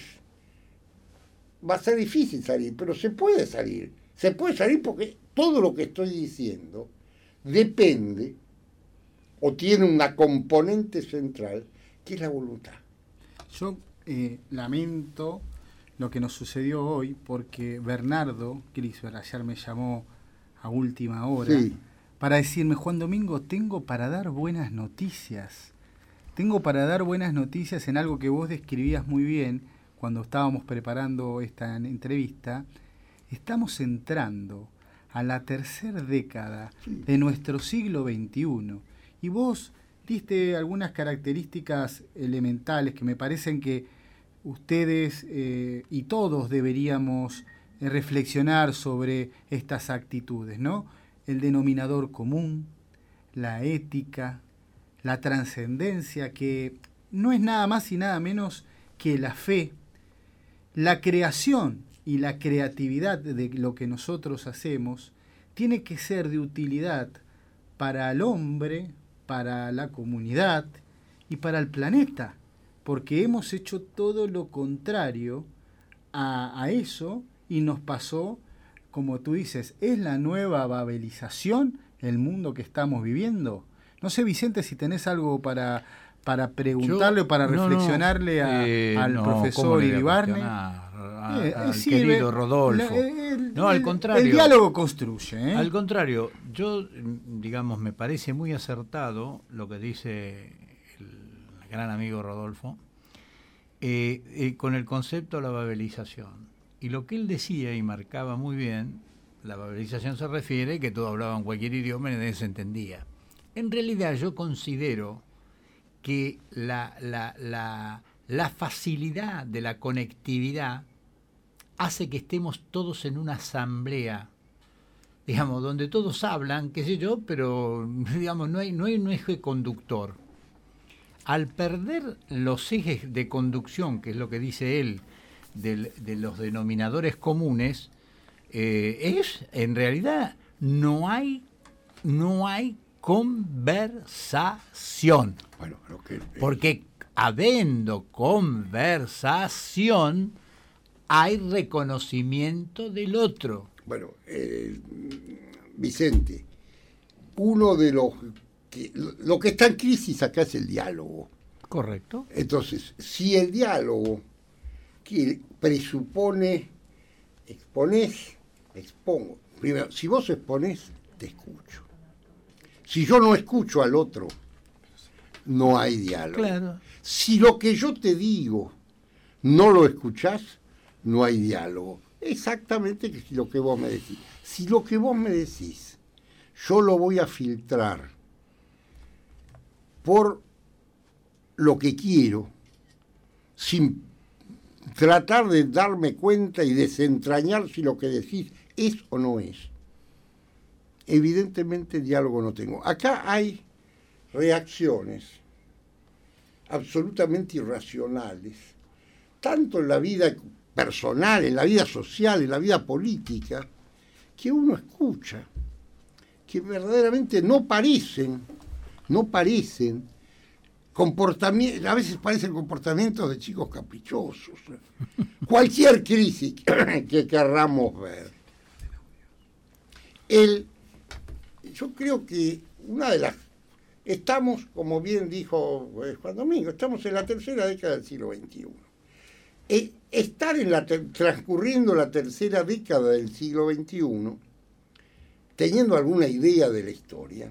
va a ser difícil salir, pero se puede salir. Se puede salir porque todo lo que estoy diciendo depende o tiene una componente central que es la voluntad. Yo eh, lamento lo que nos sucedió hoy, porque Bernardo Grisberg ayer me llamó a última hora sí. para decirme, Juan Domingo, tengo para dar buenas noticias. Tengo para dar buenas noticias en algo que vos describías muy bien cuando estábamos preparando esta entrevista. Estamos entrando a la tercera década sí. de nuestro siglo veintiuno. Y vos diste algunas características elementales que me parecen que ustedes eh, y todos deberíamos eh, reflexionar sobre estas actitudes, ¿no? El denominador común, la ética, la trascendencia, que no es nada más y nada menos que la fe, la creación y la creatividad de lo que nosotros hacemos, tiene que ser de utilidad para el hombre, para la comunidad y para el planeta. Porque hemos hecho todo lo contrario a, a eso y nos pasó, como tú dices, ¿es la nueva babelización el mundo que estamos viviendo? No sé, Vicente, si tenés algo para, para preguntarle o para no, reflexionarle no, a, eh, al no, profesor Iribarne. A, eh, al sí, querido Rodolfo. La, el, no, al contrario. El diálogo construye. ¿eh? Al contrario, yo, digamos, me parece muy acertado lo que dice el gran amigo Rodolfo, eh, eh, con el concepto de la babelización. Y lo que él decía y marcaba muy bien, la babelización se refiere que todos hablaban cualquier idioma y nadie se entendía. En realidad yo considero que la, la, la, la facilidad de la conectividad hace que estemos todos en una asamblea, digamos, donde todos hablan, qué sé yo, pero digamos, no hay, no hay un eje conductor. Al perder los ejes de conducción, que es lo que dice él, de, de los denominadores comunes, eh, es, en realidad, no hay, no hay conversación. Bueno, lo que, eh, porque habiendo conversación, hay reconocimiento del otro. Bueno, eh, Vicente, uno de los... Que, lo que está en crisis acá es el diálogo. Correcto. Entonces, si el diálogo que presupone, exponés, expongo. Primero, si vos exponés, te escucho. Si yo no escucho al otro, no hay diálogo. Claro. Si lo que yo te digo no lo escuchás, no hay diálogo. Exactamente que lo que vos me decís. Si lo que vos me decís, yo lo voy a filtrar por lo que quiero, sin tratar de darme cuenta y desentrañar si lo que decís es o no es. Evidentemente diálogo no tengo. Acá hay reacciones absolutamente irracionales, tanto en la vida personal, en la vida social, en la vida política, que uno escucha, que verdaderamente no parecen, no parecen comportamientos, a veces parecen comportamientos de chicos caprichosos. Cualquier crisis que querramos ver. El, yo creo que una de las... Estamos, como bien dijo Juan Domingo, estamos en la tercera década del siglo veintiuno. E, estar en la ter, transcurriendo la tercera década del siglo veintiuno, teniendo alguna idea de la historia,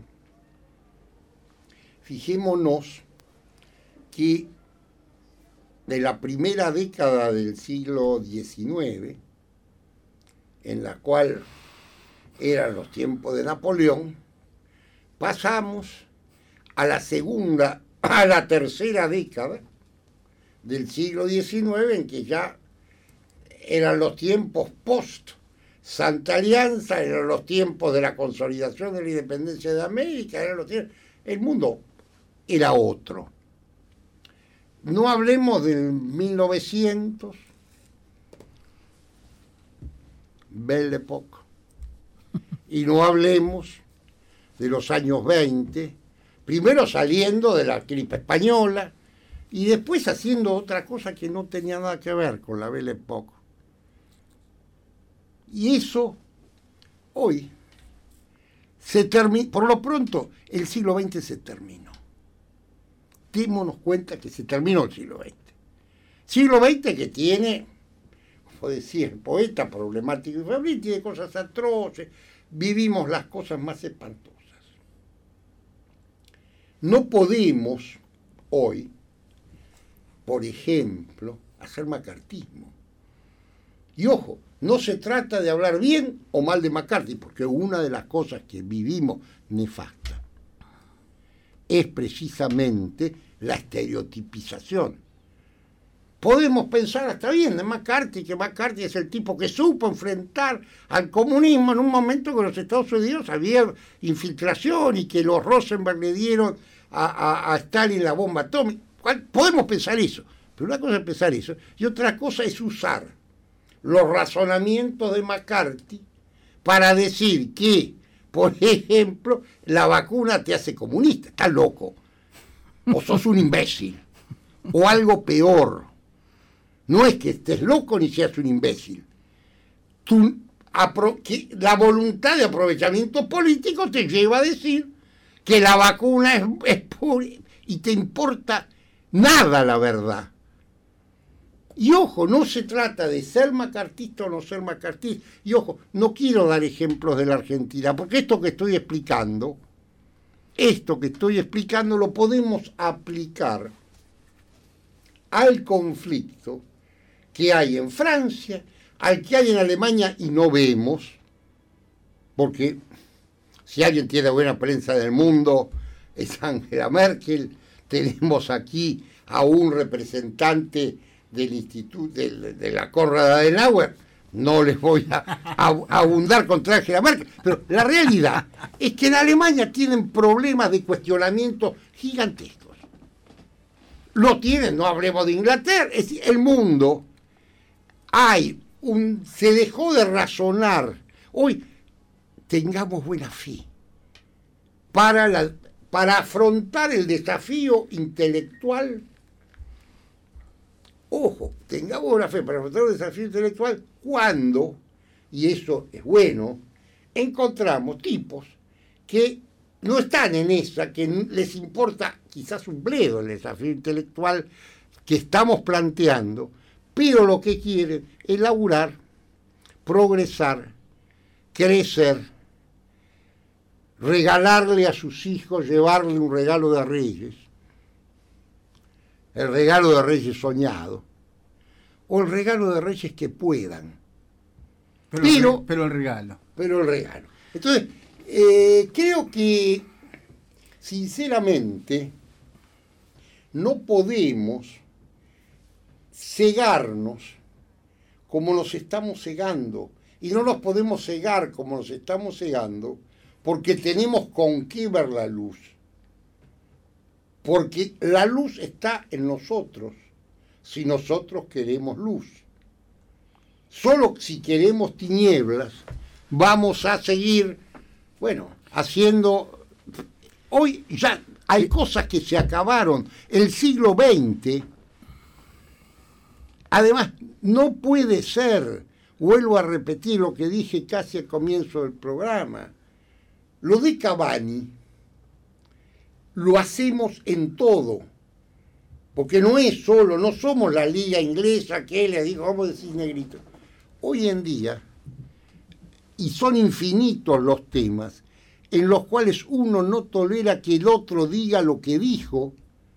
fijémonos que de la primera década del siglo diecinueve, en la cual eran los tiempos de Napoleón, pasamos a la segunda, a la tercera década del siglo diecinueve, en que ya eran los tiempos post Santa Alianza, eran los tiempos de la consolidación de la independencia de América, eran los tiempos, el mundo era otro. No hablemos del mil novecientos, Belle Époque, y no hablemos de los años veinte, primero saliendo de la gripe española y después haciendo otra cosa que no tenía nada que ver con la Belle Époque. Y eso, hoy, se terminó, por lo pronto, el siglo veinte se terminó. Démonos cuenta que se terminó el siglo veinte. Siglo veinte que tiene, como decía el poeta, problemático y febril, tiene cosas atroces, vivimos las cosas más espantosas. No podemos hoy, por ejemplo, hacer macartismo. Y ojo, no se trata de hablar bien o mal de McCarthy, porque una de las cosas que vivimos nefasta es precisamente la estereotipización. Podemos pensar hasta bien de McCarthy, que McCarthy es el tipo que supo enfrentar al comunismo en un momento que en los Estados Unidos había infiltración y que los Rosenberg le dieron a, a, a Stalin la bomba atómica. Podemos pensar eso, pero una cosa es pensar eso y otra cosa es usar los razonamientos de McCarthy para decir que, por ejemplo, la vacuna te hace comunista. Estás loco. O sos un imbécil. O algo peor. No es que estés loco ni seas un imbécil. Tú, apro- que la voluntad de aprovechamiento político te lleva a decir que la vacuna es, es pura y te importa nada la verdad. Y ojo, no se trata de ser macartista o no ser macartista. Y ojo, no quiero dar ejemplos de la Argentina, porque esto que estoy explicando, esto que estoy explicando lo podemos aplicar al conflicto que hay en Francia, al que hay en Alemania y no vemos, porque si alguien tiene buena prensa del mundo es Angela Merkel. Tenemos aquí a un representante del instituto de, de la Konrad Adenauer. No les voy a, a, a abundar contra Angela Merkel, pero la realidad es que en Alemania tienen problemas de cuestionamiento gigantescos. Lo tienen, no hablemos de Inglaterra. Es decir, el mundo hay un, se dejó de razonar. Hoy tengamos buena fe para, la, para afrontar el desafío intelectual. Ojo, tengamos buena fe para afrontar el desafío intelectual cuando, y eso es bueno, encontramos tipos que no están en esa, que les importa quizás un bledo el desafío intelectual que estamos planteando, pero lo que quieren es laburar, progresar, crecer, regalarle a sus hijos, llevarle un regalo de Reyes, el regalo de Reyes soñado, o el regalo de Reyes que puedan. Pero, pero, pero el regalo. Pero el regalo. Entonces, eh, creo que, sinceramente, no podemos cegarnos como nos estamos cegando. Y no nos podemos cegar como nos estamos cegando porque tenemos con qué ver la luz. Porque la luz está en nosotros, si nosotros queremos luz. Solo si queremos tinieblas, vamos a seguir, bueno, haciendo... Hoy ya hay cosas que se acabaron. El siglo veinte, además, no puede ser, vuelvo a repetir lo que dije casi al comienzo del programa, lo de Cavani lo hacemos en todo, porque no es solo, no somos la liga inglesa que le digo, vamos a decir negrito. Hoy en día, y son infinitos los temas, en los cuales uno no tolera que el otro diga lo que dijo,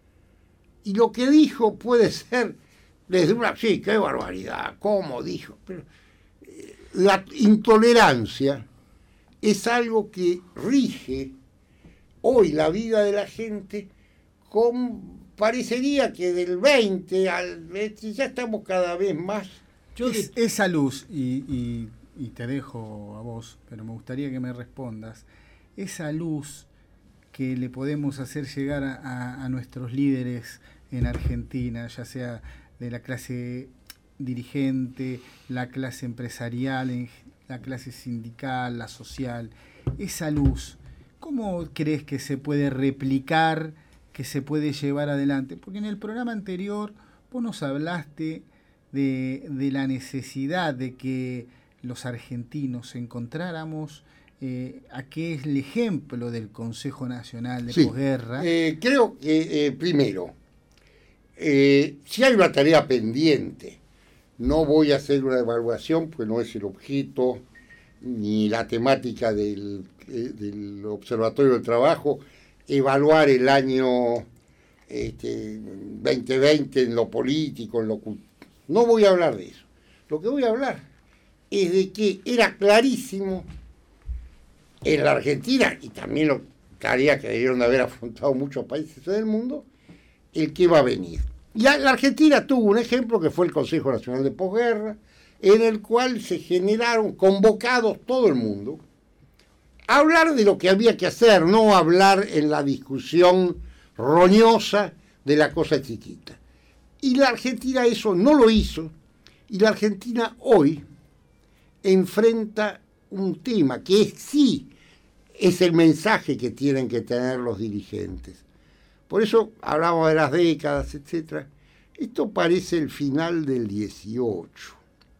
y lo que dijo puede ser desde una, sí, qué barbaridad, cómo dijo, pero eh, la intolerancia es algo que rige hoy la vida de la gente, con, parecería que del veinte al ya estamos cada vez más. Yo es, esa luz, y, y, y te dejo a vos, pero me gustaría que me respondas, esa luz que le podemos hacer llegar a, a, a nuestros líderes en Argentina, ya sea de la clase dirigente, la clase empresarial, la clase sindical, la social, esa luz, ¿cómo crees que se puede replicar, que se puede llevar adelante? Porque en el programa anterior vos nos hablaste de, de la necesidad de que los argentinos encontráramos eh, a qué es el ejemplo del Consejo Nacional de sí, Posguerra. Eh, creo que, eh, primero, eh, si hay una tarea pendiente, no voy a hacer una evaluación, porque no es el objeto ni la temática del, eh, del Observatorio del Trabajo, evaluar el año este, veinte veinte en lo político, en lo cultural. No voy a hablar de eso. Lo que voy a hablar es de que era clarísimo en la Argentina, y también lo tarea que debieron de haber afrontado muchos países del mundo, el que va a venir. Y la Argentina tuvo un ejemplo que fue el Consejo Nacional de Posguerra, en el cual se generaron convocados todo el mundo a hablar de lo que había que hacer, no hablar en la discusión roñosa de la cosa chiquita. Y la Argentina eso no lo hizo, y la Argentina hoy enfrenta un tema que es, sí es el mensaje que tienen que tener los dirigentes. Por eso hablamos de las décadas, etcétera. Esto parece el final del dieciocho,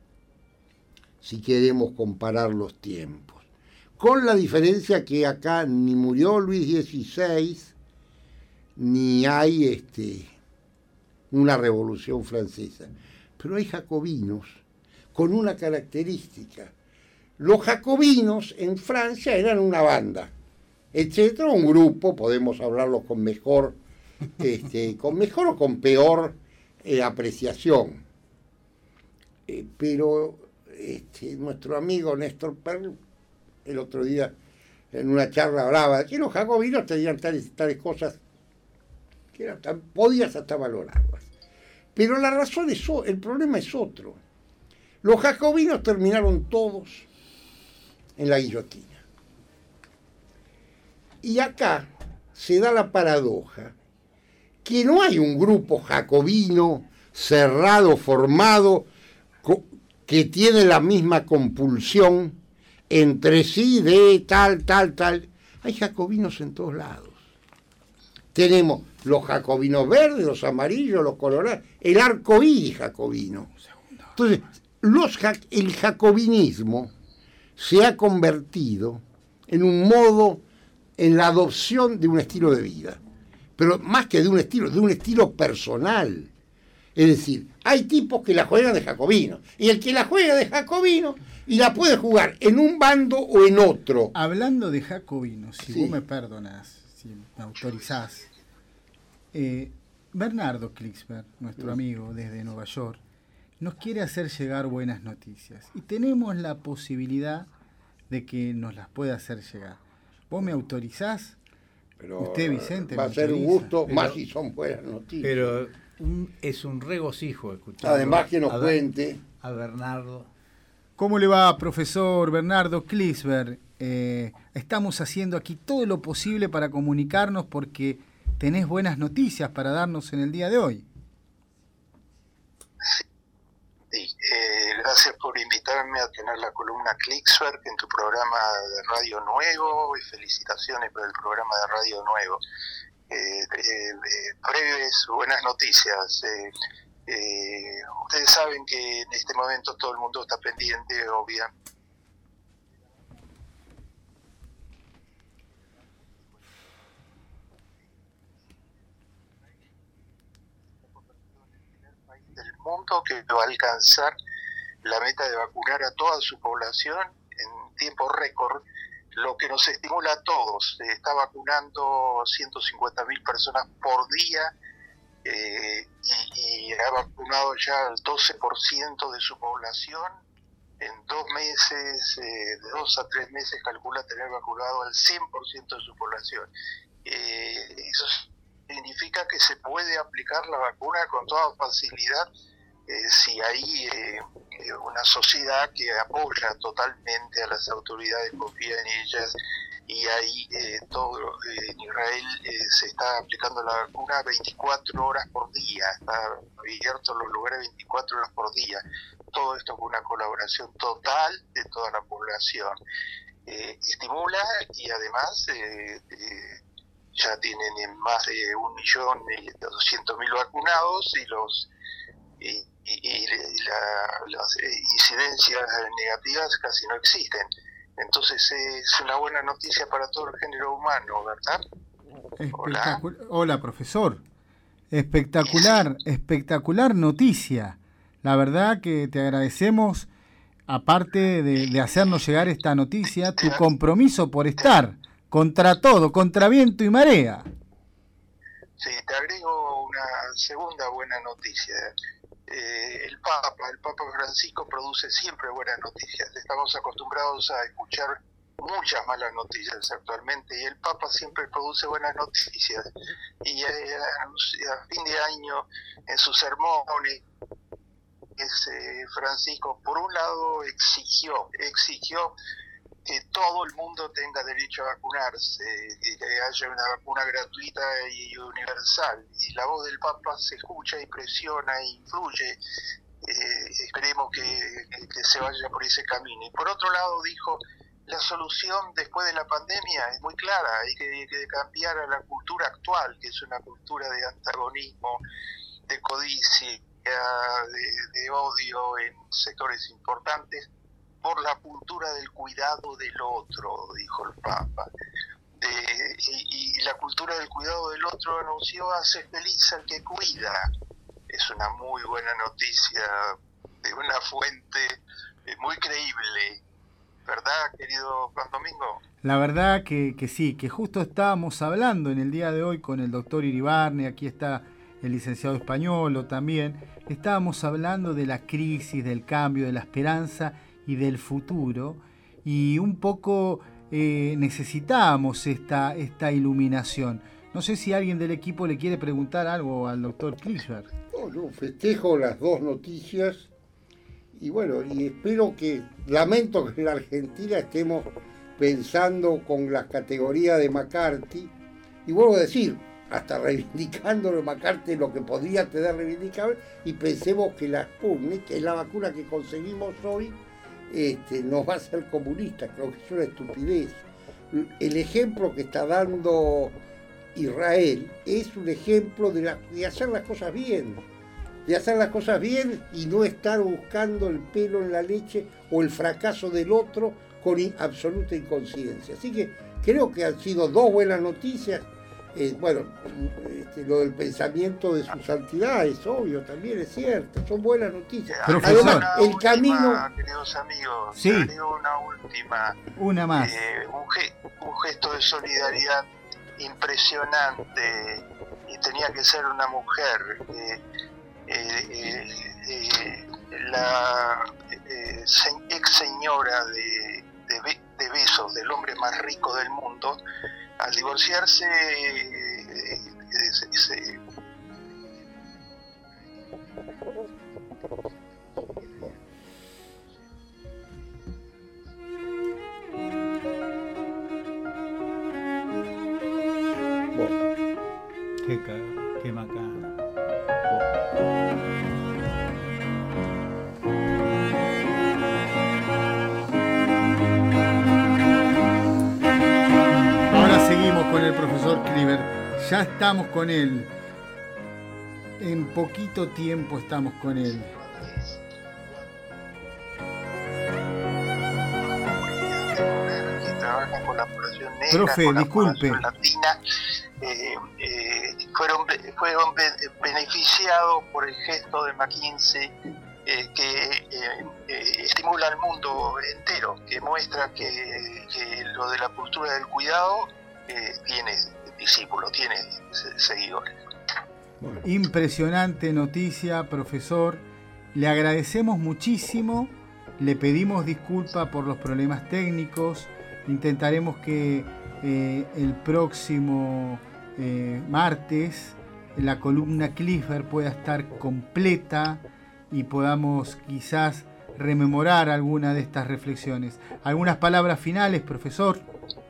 si queremos comparar los tiempos. Con la diferencia que acá ni murió Luis dieciséis, ni hay este, una revolución francesa. Pero hay jacobinos con una característica. Los jacobinos en Francia eran una banda, etcétera, un grupo, podemos hablarlo con mejor, este, con mejor o con peor eh, apreciación. Eh, pero este, nuestro amigo Néstor Perl, el otro día, en una charla hablaba de que los jacobinos tenían tales, tales cosas que eran tan, podías hasta valorarlas. Pero la razón es, el problema es otro. Los jacobinos terminaron todos en la guillotina. Y acá se da la paradoja que no hay un grupo jacobino cerrado, formado, que tiene la misma compulsión entre sí de tal, tal, tal. Hay jacobinos en todos lados. Tenemos los jacobinos verdes, los amarillos, los colorados, el arco iris jacobino. Entonces, los, el jacobinismo se ha convertido en un modo, en la adopción de un estilo de vida. Pero más que de un estilo, de un estilo personal. Es decir, hay tipos que la juegan de jacobino. Y el que la juega de jacobino y la puede jugar en un bando o en otro. Hablando de jacobinos, si sí. vos me perdonás, si me autorizás, eh, Bernardo Klicksberg, nuestro sí. amigo desde Nueva York, nos quiere hacer llegar buenas noticias. Y tenemos la posibilidad de que nos las pueda hacer llegar. ¿Vos me autorizás? Pero usted, Vicente, va a ser un gusto, pero, más si son buenas noticias. Pero un, es un regocijo escuchar. Además que nos a cuente. A Bernardo. ¿Cómo le va, profesor Bernardo Klicksberg? Eh, estamos haciendo aquí todo lo posible para comunicarnos porque tenés buenas noticias para darnos en el día de hoy. Sí, eh, gracias por invitarme a tener la columna Klicksberg en tu programa de Radio Nuevo y felicitaciones por el programa de Radio Nuevo. Eh, eh, eh, breves, buenas noticias. Eh, eh, ustedes saben que en este momento todo el mundo está pendiente, obviamente. Del mundo que va a alcanzar la meta de vacunar a toda su población en tiempo récord, lo que nos estimula a todos. Se está vacunando ciento cincuenta mil personas por día eh, y, y ha vacunado ya el doce por ciento de su población. En dos meses, eh, de dos a tres meses, calcula tener vacunado al cien por ciento de su población. Eh, eso significa que se puede aplicar la vacuna con toda facilidad eh, si hay eh, una sociedad que apoya totalmente a las autoridades, confía en ellas, y ahí eh, todo eh, en Israel eh, se está aplicando la vacuna veinticuatro horas por día, está abierto los lugares veinticuatro horas por día. Todo esto con una colaboración total de toda la población. Eh, estimula y además eh, eh, ya tienen más de un millón doscientos mil vacunados y los y, y, y la, las incidencias negativas casi no existen. Entonces es una buena noticia para todo el género humano, ¿verdad? Hola, Hola profesor. Espectacular, sí. espectacular noticia. La verdad que te agradecemos, aparte de, de hacernos llegar esta noticia, tu compromiso por estar contra todo, contra viento y marea. Sí, te agrego una segunda buena noticia. Eh, el Papa, el Papa Francisco produce siempre buenas noticias. Estamos acostumbrados a escuchar muchas malas noticias actualmente y el Papa siempre produce buenas noticias. Y eh, a, a fin de año, en sus sermones, ese Francisco, por un lado, exigió, exigió que todo el mundo tenga derecho a vacunarse, que haya una vacuna gratuita y universal. Y la voz del Papa se escucha y presiona e influye. Eh, esperemos que, que, que se vaya por ese camino. Y por otro lado dijo, la solución después de la pandemia es muy clara, hay que, que cambiar a la cultura actual, que es una cultura de antagonismo, de codicia, de, de odio en sectores importantes, por la cultura del cuidado del otro, dijo el Papa. De, y, y la cultura del cuidado del otro, anunció, hace feliz al que cuida. Es una muy buena noticia de una fuente muy creíble, ¿verdad, querido Juan Domingo? La verdad que, que sí, que justo estábamos hablando en el día de hoy con el doctor Iribarne, aquí está el licenciado Españolo también, estábamos hablando de la crisis, del cambio, de la esperanza y del futuro, y un poco eh, necesitábamos esta, esta iluminación. No sé si alguien del equipo le quiere preguntar algo al doctor Klichberg. No, yo festejo las dos noticias y bueno, y espero que, lamento que en la Argentina estemos pensando con las categorías de McCarthy, y vuelvo a decir, hasta reivindicándolo McCarthy lo que podría tener reivindicable, y pensemos que la Sputnik, que es la vacuna que conseguimos hoy, este, nos va a hacer comunistas. Creo que es una estupidez. El ejemplo que está dando Israel es un ejemplo de, la, de hacer las cosas bien, de hacer las cosas bien y no estar buscando el pelo en la leche o el fracaso del otro con in, absoluta inconsciencia. Así que creo que han sido dos buenas noticias. Eh, bueno, este, lo del pensamiento de su santidad es obvio, también es cierto, son buenas noticias. Profesor, además, el última, camino... Queridos amigos, sí. una última. Una más. Eh, un, ge un gesto de solidaridad impresionante, y tenía que ser una mujer. Eh, eh, eh, eh, la eh, se, ex señora de, de, de Bezos, del hombre más rico del mundo, al divorciarse eh, eh, se, se... Qué, qué macana. Ahora seguimos con el profesor Klichberg. Ya estamos con él. En poquito tiempo estamos con él. Que trabajan con la población negra, Profe, con la disculpe. población latina, eh, eh, fueron, fueron beneficiados por el gesto de McKinsey, eh, que eh, eh, estimula al mundo entero, que muestra que, que lo de la cultura del cuidado eh, tiene discípulos, tiene seguidores. Impresionante noticia, profesor. Le agradecemos muchísimo. Le pedimos disculpa por los problemas técnicos. Intentaremos que eh, el próximo eh, martes la columna Klichberg pueda estar completa y podamos quizás rememorar alguna de estas reflexiones. ¿Algunas palabras finales, profesor?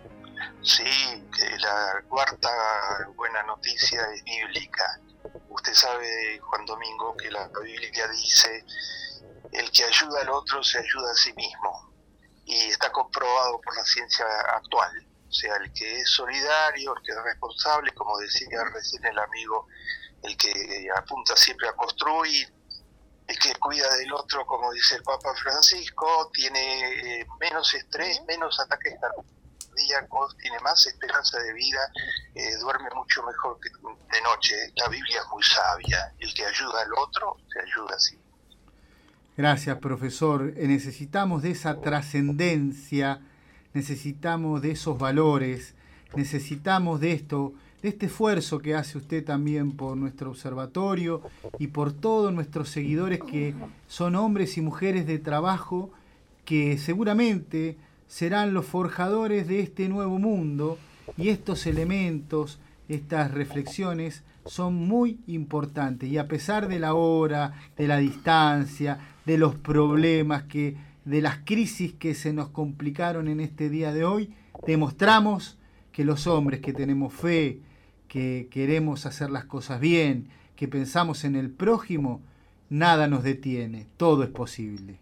Sí, que la cuarta buena noticia es bíblica. Usted sabe, Juan Domingo, que la Biblia dice: el que ayuda al otro se ayuda a sí mismo, y está comprobado por la ciencia actual. O sea, el que es solidario, el que es responsable, como decía recién el amigo, el que apunta siempre a construir, el que cuida del otro, como dice el Papa Francisco, tiene menos estrés, menos ataques cardíacos, tiene más esperanza de vida, eh, duerme mucho mejor que de noche. La Biblia es muy sabia: el que ayuda al otro se ayuda a sí. Gracias, profesor. Necesitamos de esa trascendencia, necesitamos de esos valores, necesitamos de esto, de este esfuerzo que hace usted también por nuestro observatorio y por todos nuestros seguidores, que son hombres y mujeres de trabajo, que seguramente serán los forjadores de este nuevo mundo, y estos elementos, estas reflexiones son muy importantes, y a pesar de la hora, de la distancia, de los problemas, que, de las crisis que se nos complicaron en este día de hoy, demostramos que los hombres que tenemos fe, que queremos hacer las cosas bien, que pensamos en el prójimo, nada nos detiene, todo es posible.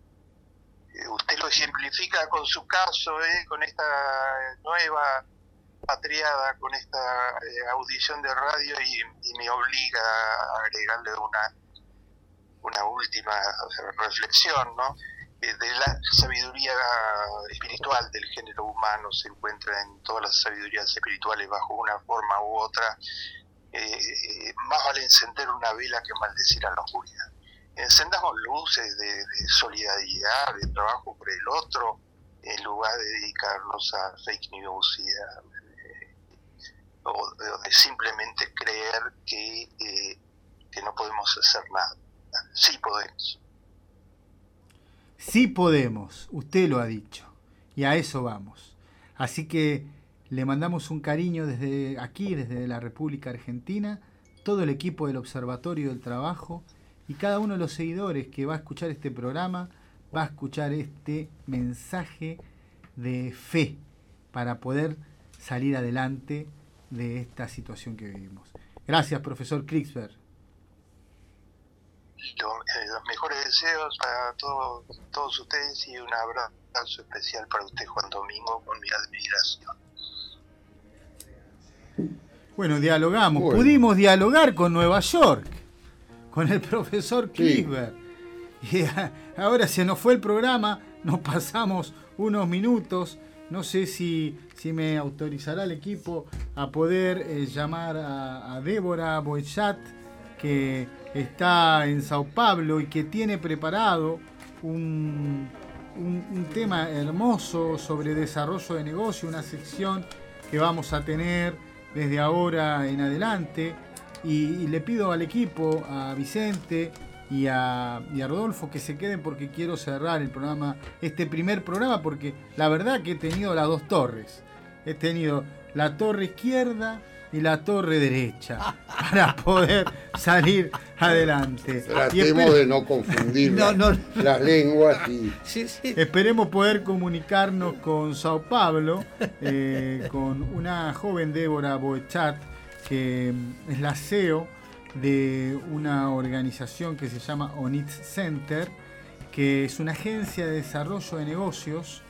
Usted lo ejemplifica con su caso, ¿eh? Con esta nueva patriada, con esta eh, audición de radio, y, y me obliga a agregarle una una última reflexión, ¿no? De, de la sabiduría espiritual del género humano. Se encuentra en todas las sabidurías espirituales bajo una forma u otra. Eh, más vale encender una vela que maldecir a la oscuridad. Encendamos luces de, de solidaridad, de trabajo por el otro, en lugar de dedicarnos a fake news y a o, o de simplemente creer que, eh, que no podemos hacer nada. Sí podemos. Sí podemos, usted lo ha dicho, y a eso vamos. Así que le mandamos un cariño desde aquí, desde la República Argentina, todo el equipo del Observatorio del Trabajo y cada uno de los seguidores que va a escuchar este programa, va a escuchar este mensaje de fe para poder salir adelante de esta situación que vivimos. Gracias, profesor Krigsberg. Los mejores deseos para todos, todos ustedes y un abrazo especial para usted, Juan Domingo, con mi admiración. Bueno, dialogamos, bueno. Pudimos dialogar con Nueva York, con el profesor Krigsberg. Sí. Y a, ahora se nos fue el programa, nos pasamos unos minutos, no sé si, si me autorizará el equipo a poder eh, llamar a, a Débora Boechat, que está en Sao Paulo y que tiene preparado un, un, un tema hermoso sobre desarrollo de negocio, una sección que vamos a tener desde ahora en adelante, y, y le pido al equipo, a Vicente y a, y a Rodolfo, que se queden porque quiero cerrar el programa, este primer programa, porque la verdad que he tenido las dos torres, he tenido la torre izquierda y la torre derecha para poder salir adelante. Tratemos esper- de no confundir no, no. las lenguas y sí, sí. Esperemos poder comunicarnos con Sao Paulo, eh, con una joven Débora Boechat, que es la C E O de una organización que se llama Onits Center, que es una agencia de desarrollo de negocios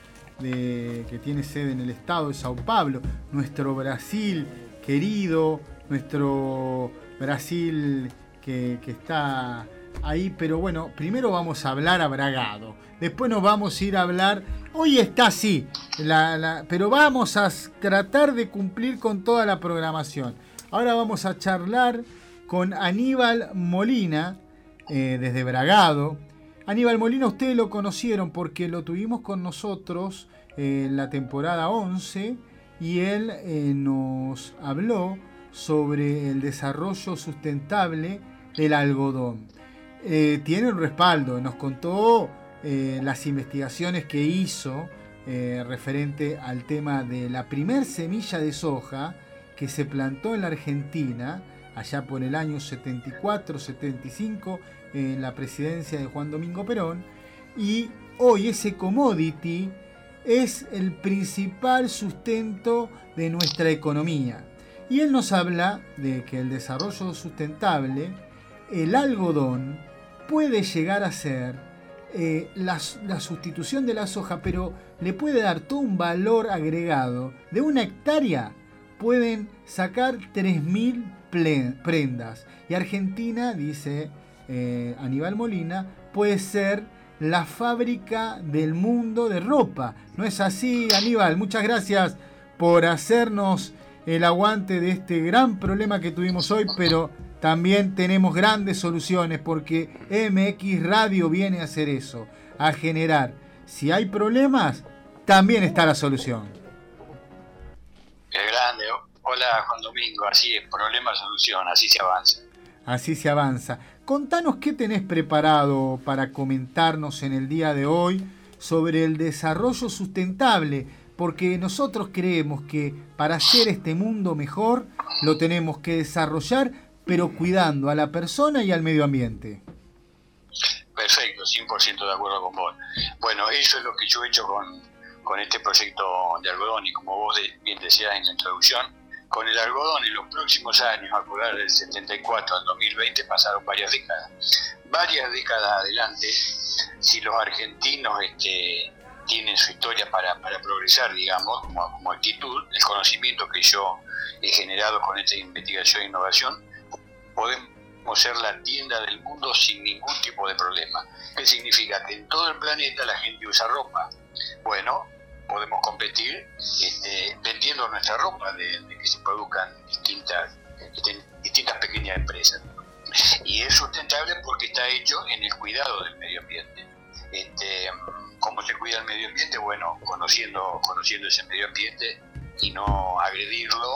de, que tiene sede en el estado de Sao Paulo, nuestro Brasil querido, nuestro Brasil que, que está ahí, pero bueno, primero vamos a hablar a Bragado, después nos vamos a ir a hablar, hoy está así, la, la, pero vamos a tratar de cumplir con toda la programación. Ahora vamos a charlar con Aníbal Molina, eh, desde Bragado. Aníbal Molina, ustedes lo conocieron porque lo tuvimos con nosotros eh, en la temporada once, y él eh, nos habló sobre el desarrollo sustentable del algodón. Eh, tiene un respaldo, nos contó eh, las investigaciones que hizo eh, referente al tema de la primer semilla de soja que se plantó en la Argentina allá por el año setenta y cuatro setenta y cinco en la presidencia de Juan Domingo Perón, y hoy ese commodity es el principal sustento de nuestra economía. Y él nos habla de que el desarrollo sustentable, el algodón, puede llegar a ser eh, la, la sustitución de la soja, pero le puede dar todo un valor agregado. De una hectárea pueden sacar tres mil prendas. Y Argentina, dice eh, Aníbal Molina, puede ser la fábrica del mundo de ropa. ¿No es así, Aníbal? Muchas gracias por hacernos el aguante de este gran problema que tuvimos hoy, pero también tenemos grandes soluciones, porque M X Radio viene a hacer eso, a generar. Si hay problemas, también está la solución. Qué grande. Hola, Juan Domingo. Así es, problema, solución, así se avanza. Así se avanza. Contanos qué tenés preparado para comentarnos en el día de hoy sobre el desarrollo sustentable, porque nosotros creemos que para hacer este mundo mejor lo tenemos que desarrollar, pero cuidando a la persona y al medio ambiente. Perfecto, cien por ciento de acuerdo con vos. Bueno, eso es lo que yo he hecho con, con este proyecto de algodón, y como vos de, bien decías en la introducción, con el algodón en los próximos años, a acordar del setenta y cuatro al dos mil veinte, pasaron varias décadas. Varias décadas adelante, si los argentinos este, tienen su historia para, para progresar, digamos, como, como actitud, el conocimiento que yo he generado con esta investigación e innovación, podemos ser la tienda del mundo sin ningún tipo de problema. ¿Qué significa? Que en todo el planeta la gente usa ropa. Bueno, podemos competir este, vendiendo nuestra ropa de, de que se produzcan distintas, distintas pequeñas empresas. Y es sustentable porque está hecho en el cuidado del medio ambiente. Este, ¿Cómo se cuida el medio ambiente? Bueno, conociendo, conociendo ese medio ambiente y no agredirlo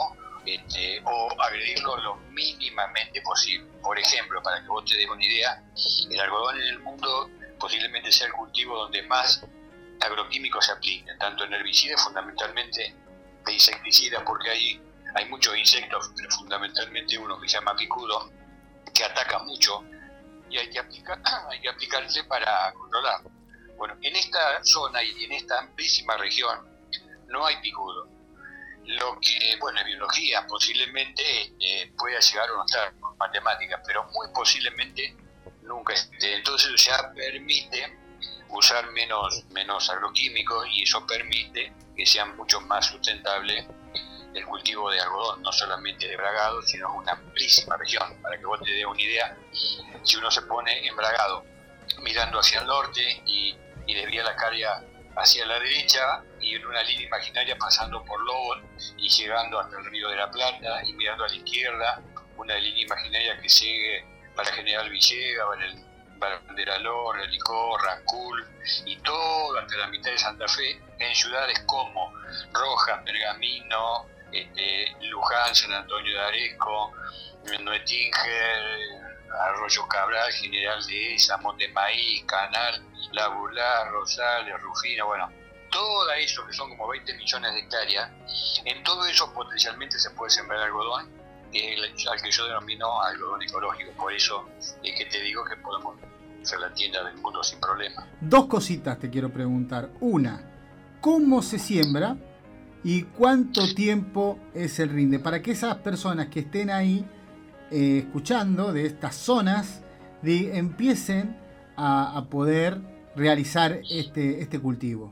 este, o agredirlo lo mínimamente posible. Por ejemplo, para que vos te des una idea, el algodón en el mundo posiblemente sea el cultivo donde más agroquímicos se aplican, tanto en herbicidas, fundamentalmente de insecticidas, porque hay, hay muchos insectos, pero fundamentalmente uno que se llama picudo, que ataca mucho y hay que aplicar, hay que aplicarse para controlarlo. Bueno, en esta zona y en esta amplísima región no hay picudo. Lo que, bueno, en biología posiblemente eh, pueda llegar a no estar con matemáticas, pero muy posiblemente nunca esté. Entonces ya permite usar menos, menos agroquímicos y eso permite que sea mucho más sustentable el cultivo de algodón, no solamente de bragado, sino una amplísima región. Para que vos te des una idea, si uno se pone en bragado mirando hacia el norte y, y desvía la carga hacia la derecha y en una línea imaginaria pasando por Lobos y llegando hasta el Río de la Plata y mirando a la izquierda una línea imaginaria que sigue para General Villegas, para el Banderalor, Helicó, Rancul y todo hasta la mitad de Santa Fe, en ciudades como Rojas, Pergamino, este, Luján, San Antonio de Areco, Nuetinger, Arroyo Cabral, General Dehesa, Monte Maíz, Canal, La Burlá, Rosales, Rufina, bueno, todo eso que son como veinte millones de hectáreas, en todo eso potencialmente se puede sembrar algodón, que es el, al que yo denomino algodón ecológico. Por eso es que te digo que podemos hacer la tienda del mundo sin problema. Dos cositas te quiero preguntar. Una, ¿cómo se siembra y cuánto tiempo es el rinde? Para que esas personas que estén ahí eh, escuchando de estas zonas de, empiecen a, a poder realizar este, este cultivo.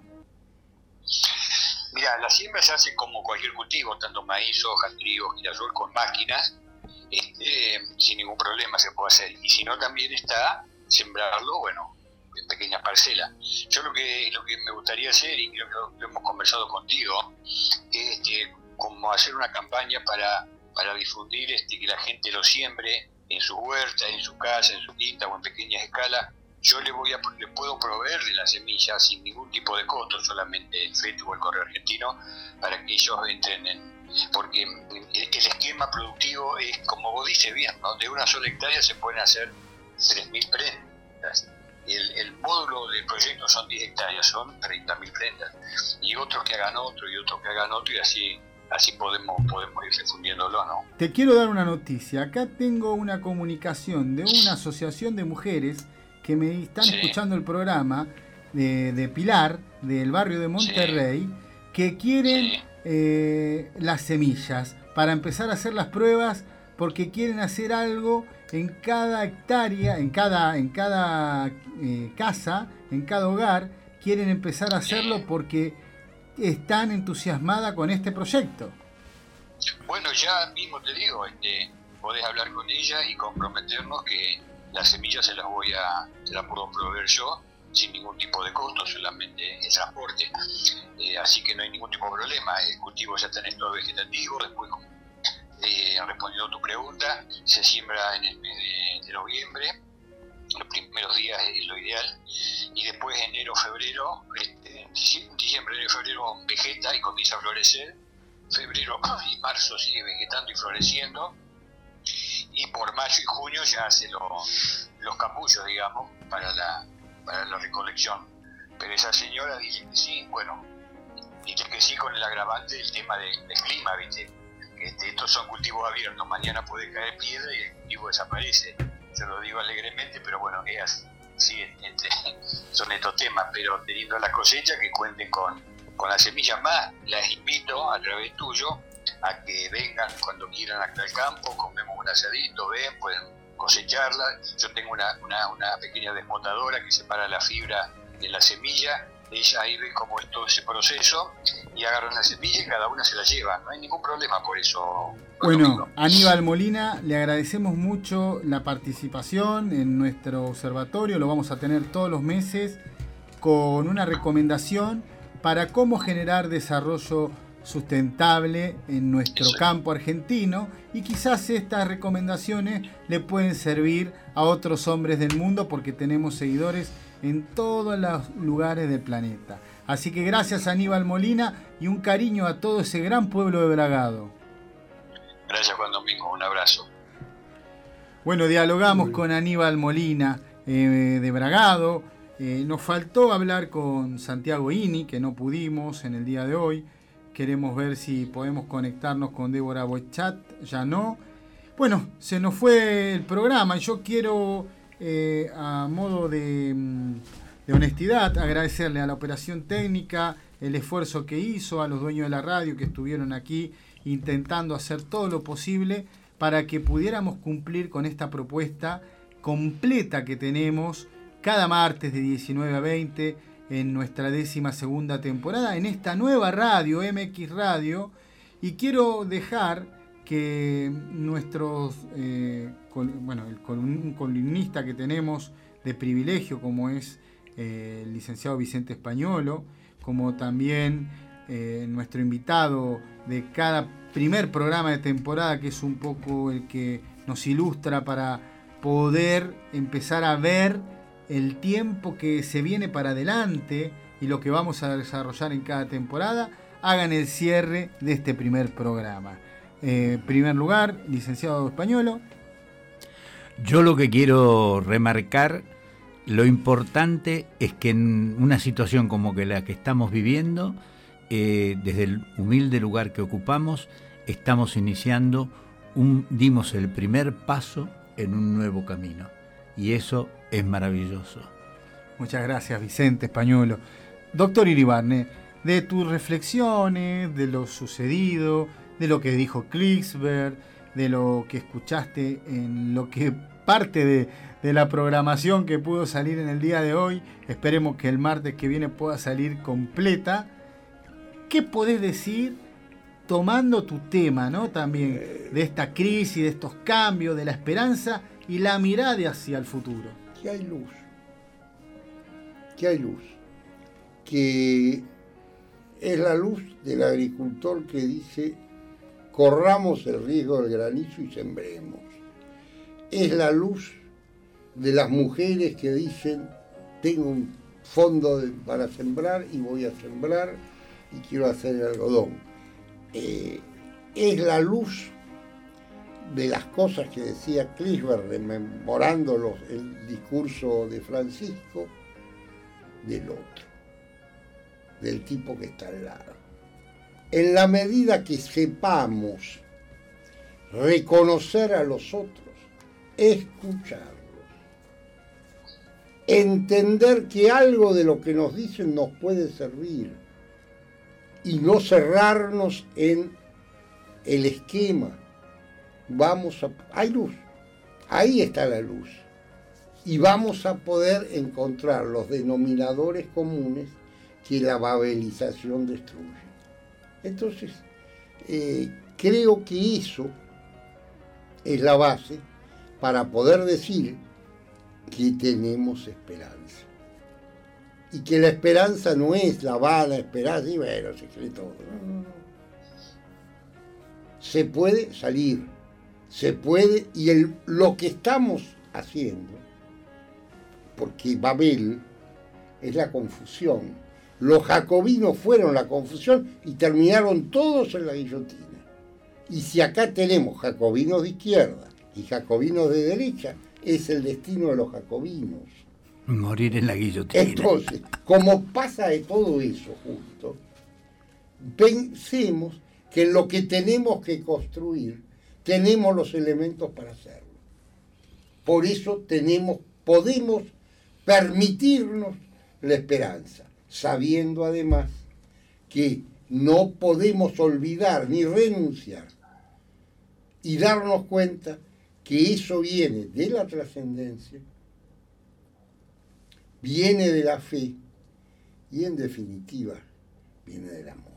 Mira, la siembra se hace como cualquier cultivo, tanto maíz, soja, trigo, girasol, con máquinas, este, sin ningún problema se puede hacer. Y si no, también está sembrarlo, bueno, en pequeñas parcelas. Yo lo que lo que me gustaría hacer, y creo que lo hemos conversado contigo, es este, como hacer una campaña para, para difundir este, que la gente lo siembre en su huerta, en su casa, en su quinta o en pequeñas escalas. Yo le voy a le puedo proveer de la semilla sin ningún tipo de costo, solamente el FETU o el Correo Argentino, para que ellos entren en... Porque el, el esquema productivo es, como vos dices bien, ¿no? De una sola hectárea se pueden hacer tres mil prendas. El, el módulo del proyecto son diez hectáreas, son treinta mil prendas. Y otros que hagan otro, y otros que hagan otro, y así así podemos, podemos ir difundiéndolo, ¿no? Te quiero dar una noticia. Acá tengo una comunicación de una asociación de mujeres que me están sí. escuchando el programa de, de Pilar, del barrio de Monterrey, sí. que quieren sí. eh, las semillas para empezar a hacer las pruebas, porque quieren hacer algo en cada hectárea, en cada, en cada eh, casa, en cada hogar, quieren empezar a hacerlo porque están entusiasmadas con este proyecto. Bueno, ya mismo te digo, este, podés hablar con ella y comprometernos que las semillas se las voy a, se las puedo proveer yo sin ningún tipo de costo, solamente el transporte. Eh, así que no hay ningún tipo de problema. El cultivo ya está en estado vegetativo. Después, eh, respondiendo a tu pregunta, se siembra en el mes de, de noviembre. Los primeros días es lo ideal. Y después, enero, febrero, este, diciembre, enero, febrero vegeta y comienza a florecer. Febrero y marzo sigue vegetando y floreciendo. Y por mayo y junio ya hace los, los capullos, digamos, para la, para la recolección. Pero esa señora dice que sí, bueno, dice que sí con el agravante del tema de, del clima, ¿viste? Este, estos son cultivos abiertos, mañana puede caer piedra y el cultivo desaparece. Yo lo digo alegremente, pero bueno, es así, entre, son estos temas, pero teniendo la cosecha, que cuenten con, con las semillas más, las invito a través tuyo a que vengan cuando quieran acá al campo, comemos un asadito, ven, pueden cosecharla. Yo tengo una, una, una pequeña desmotadora que separa la fibra de la semilla, ella ahí ve cómo es todo ese proceso y agarran la semilla y cada una se la lleva, no hay ningún problema por eso. Bueno, Aníbal Molina, le agradecemos mucho la participación en nuestro observatorio, lo vamos a tener todos los meses con una recomendación para cómo generar desarrollo sustentable en nuestro Exacto. campo argentino, y quizás estas recomendaciones le pueden servir a otros hombres del mundo porque tenemos seguidores en todos los lugares del planeta. Así que gracias a Aníbal Molina y un cariño a todo ese gran pueblo de Bragado. Gracias, Juan Domingo. Un abrazo. Bueno, dialogamos con Aníbal Molina eh, de Bragado. Eh, nos faltó hablar con Santiago Ini, que no pudimos en el día de hoy. Queremos ver si podemos conectarnos con Débora Boechat, ya no. Bueno, se nos fue el programa. Yo quiero, eh, a modo de, de honestidad, agradecerle a la operación técnica el esfuerzo que hizo, a los dueños de la radio que estuvieron aquí intentando hacer todo lo posible para que pudiéramos cumplir con esta propuesta completa que tenemos cada martes de diecinueve a veinte en nuestra décima segunda temporada, en esta nueva radio, M X Radio. Y quiero dejar que nuestros, eh, col, bueno, el col, un columnista que tenemos de privilegio, como es eh, el licenciado Vicente Españolo, como también eh, nuestro invitado de cada primer programa de temporada, que es un poco el que nos ilustra para poder empezar a ver el tiempo que se viene para adelante y lo que vamos a desarrollar en cada temporada, hagan el cierre de este primer programa. En eh, primer lugar, licenciado Españolo. Yo lo que quiero remarcar, lo importante es que en una situación como que la que estamos viviendo, eh, desde el humilde lugar que ocupamos, estamos iniciando, un, dimos el primer paso en un nuevo camino. Y eso es maravilloso. Muchas gracias, Vicente Españolo. Doctor Iribarne, de tus reflexiones, de lo sucedido, de lo que dijo Klicksberg, de lo que escuchaste en lo que parte de, de la programación que pudo salir en el día de hoy, esperemos que el martes que viene pueda salir completa. ¿Qué podés decir tomando tu tema, ¿no? También de esta crisis, de estos cambios, de la esperanza y la mirada hacia el futuro? Que hay luz, que hay luz, que es la luz del agricultor que dice: corramos el riesgo del granizo y sembremos. Es la luz de las mujeres que dicen: tengo un fondo de, para sembrar y voy a sembrar y quiero hacer el algodón. Eh, es la luz de las cosas que decía Klicksberg, rememorando los, el discurso de Francisco, del otro, del tipo que está al lado. En la medida que sepamos reconocer a los otros, escucharlos, entender que algo de lo que nos dicen nos puede servir y no cerrarnos en el esquema. Vamos a, hay luz, ahí está la luz, y vamos a poder encontrar los denominadores comunes que la babelización destruye. Entonces, eh, creo que eso es la base para poder decir que tenemos esperanza. Y que la esperanza no es la vana esperanza, y bueno, se cree todo. No, no, no. Se puede salir, se puede, y el, lo que estamos haciendo, porque Babel es la confusión. Los jacobinos fueron la confusión y terminaron todos en la guillotina. Y si acá tenemos jacobinos de izquierda y jacobinos de derecha, es el destino de los jacobinos. Morir en la guillotina. Entonces, como pasa de todo eso justo, pensemos que en lo que tenemos que construir, tenemos los elementos para hacerlo. Por eso tenemos, podemos permitirnos la esperanza, sabiendo además que no podemos olvidar ni renunciar y darnos cuenta que eso viene de la trascendencia, viene de la fe y en definitiva viene del amor.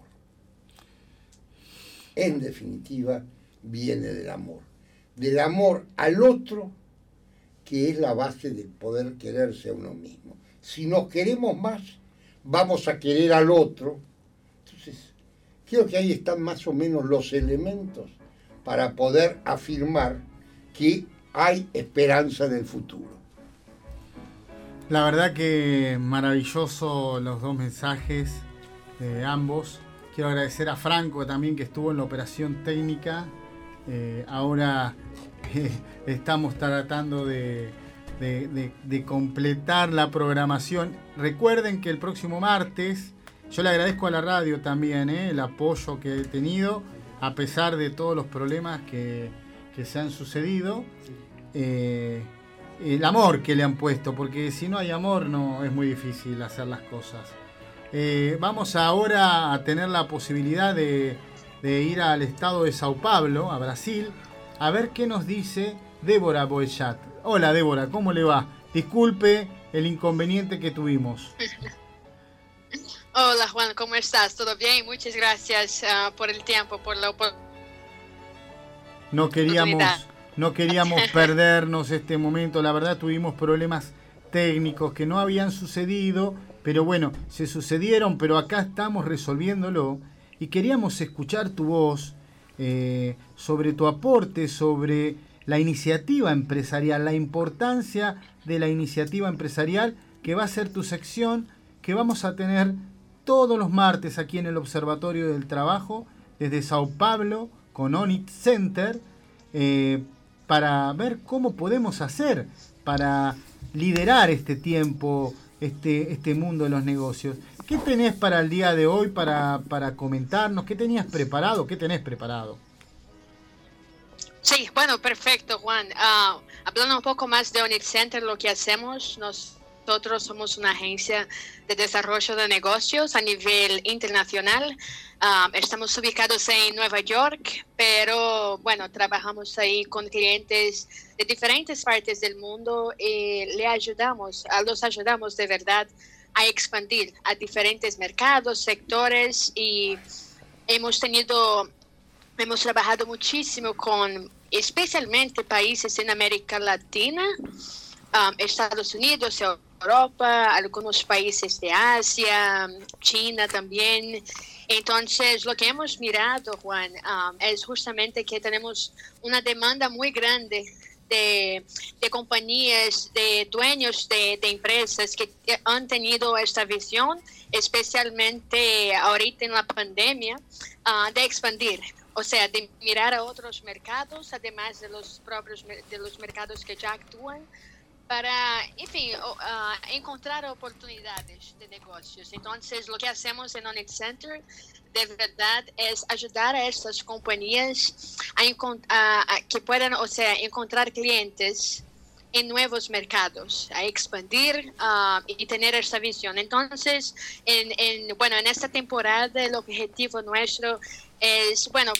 En definitiva viene del amor. Del amor al otro, que es la base del poder quererse a uno mismo. Si nos queremos más, vamos a querer al otro. Entonces, creo que ahí están más o menos los elementos para poder afirmar que hay esperanza en el futuro. La verdad que maravilloso los dos mensajes de ambos. Quiero agradecer a Franco también, que estuvo en la operación técnica Eh, ahora eh, estamos tratando de, de, de, de completar la programación. Recuerden que el próximo martes, yo le agradezco a la radio también eh, el apoyo que he tenido, a pesar de todos los problemas que, que se han sucedido. Eh, el amor que le han puesto, porque si no hay amor no es muy difícil hacer las cosas. Eh, vamos ahora a tener la posibilidad de, de ir al estado de Sao Paulo, a Brasil, a ver qué nos dice Débora Boechat. Hola Débora, ¿cómo le va? Disculpe el inconveniente que tuvimos. Hola Juan, ¿cómo estás? ¿Todo bien? Muchas gracias uh, por el tiempo, por la oportunidad. No queríamos, no queríamos perdernos este momento. La verdad tuvimos problemas técnicos que no habían sucedido, pero bueno, se sucedieron, pero acá estamos resolviéndolo. Y queríamos escuchar tu voz eh, sobre tu aporte, sobre la iniciativa empresarial, la importancia de la iniciativa empresarial, que va a ser tu sección, que vamos a tener todos los martes aquí en el Observatorio del Trabajo, desde Sao Paulo, con Onit Center, eh, para ver cómo podemos hacer para liderar este tiempo, este, este mundo de los negocios. ¿Qué tenés para el día de hoy para, para comentarnos? ¿Qué tenías preparado? ¿Qué tenés preparado? Sí, bueno, perfecto, Juan. Uh, hablando un poco más de Onit Center, lo que hacemos, nosotros somos una agencia de desarrollo de negocios a nivel internacional. Uh, estamos ubicados en Nueva York, pero bueno, trabajamos ahí con clientes de diferentes partes del mundo y le ayudamos, los ayudamos de verdad a expandir a diferentes mercados, sectores, y hemos tenido, hemos trabajado muchísimo con especialmente países en América Latina, um, Estados Unidos, Europa, algunos países de Asia, China también. Entonces, lo que hemos mirado, Juan, um, es justamente que tenemos una demanda muy grande de, de compañías, de dueños de, de empresas que han tenido esta visión, especialmente ahorita en la pandemia, uh, de expandir. O sea, de mirar a otros mercados, además de los propios de los mercados que ya actúan, para, enfim, uh, encontrar oportunidades de negocios. Entonces, lo que hacemos en Onit Center, de verdad, es ayudar a estas compañías a, a, a que puedan, o sea, encontrar clientes en nuevos mercados, a expandir uh, y tener esta visión. Entonces, en, en, bueno, en esta temporada el objetivo nuestro es, bueno,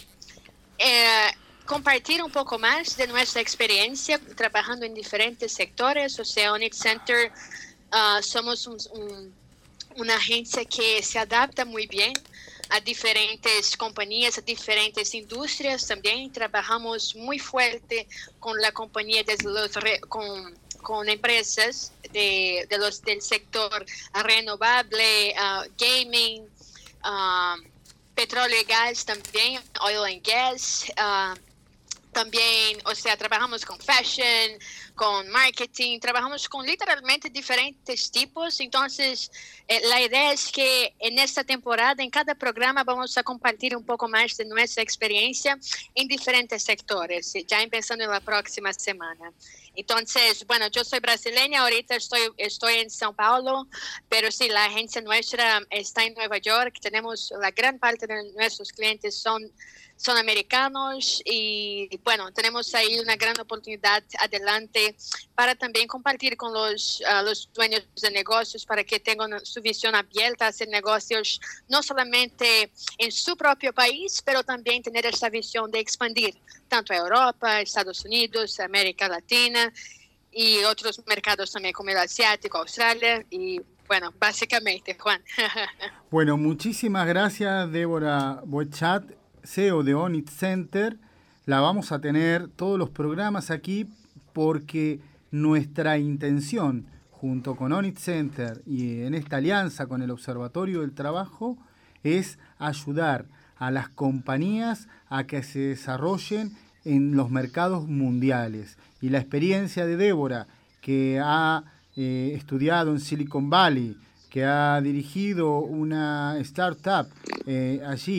eh, compartir un poco más de nuestra experiencia trabajando en diferentes sectores. O sea, Onit Center uh, somos un, un, una agencia que se adapta muy bien a diferentes compañías, a diferentes industrias también. Trabajamos muy fuerte con la compañía de los re, con, con empresas de, de los, del sector renovable, uh, gaming, uh, petróleo y gas también, oil and gas. Uh, También, o sea, trabajamos con fashion, con marketing, trabajamos con literalmente diferentes tipos. Entonces, eh, la idea es que en esta temporada, en cada programa, vamos a compartir un poco más de nuestra experiencia en diferentes sectores, ya empezando en la próxima semana. Entonces, bueno, yo soy brasileña, ahorita estoy, estoy en São Paulo, pero sí, la agencia nuestra está en Nueva York. Tenemos la gran parte de nuestros clientes son son americanos y bueno, tenemos ahí una gran oportunidad adelante para también compartir con los, uh, los dueños de negocios para que tengan su visión abierta a hacer negocios no solamente en su propio país, pero también tener esa visión de expandir tanto a Europa, Estados Unidos, América Latina y otros mercados también como el asiático, Australia y bueno, básicamente, Juan. Bueno, muchísimas gracias, Débora Boechat, C E O de Onit Center. La vamos a tener todos los programas aquí porque nuestra intención, junto con Onit Center y en esta alianza con el Observatorio del Trabajo, es ayudar a las compañías a que se desarrollen en los mercados mundiales. Y la experiencia de Débora, que ha eh, estudiado en Silicon Valley, que ha dirigido una startup eh, allí,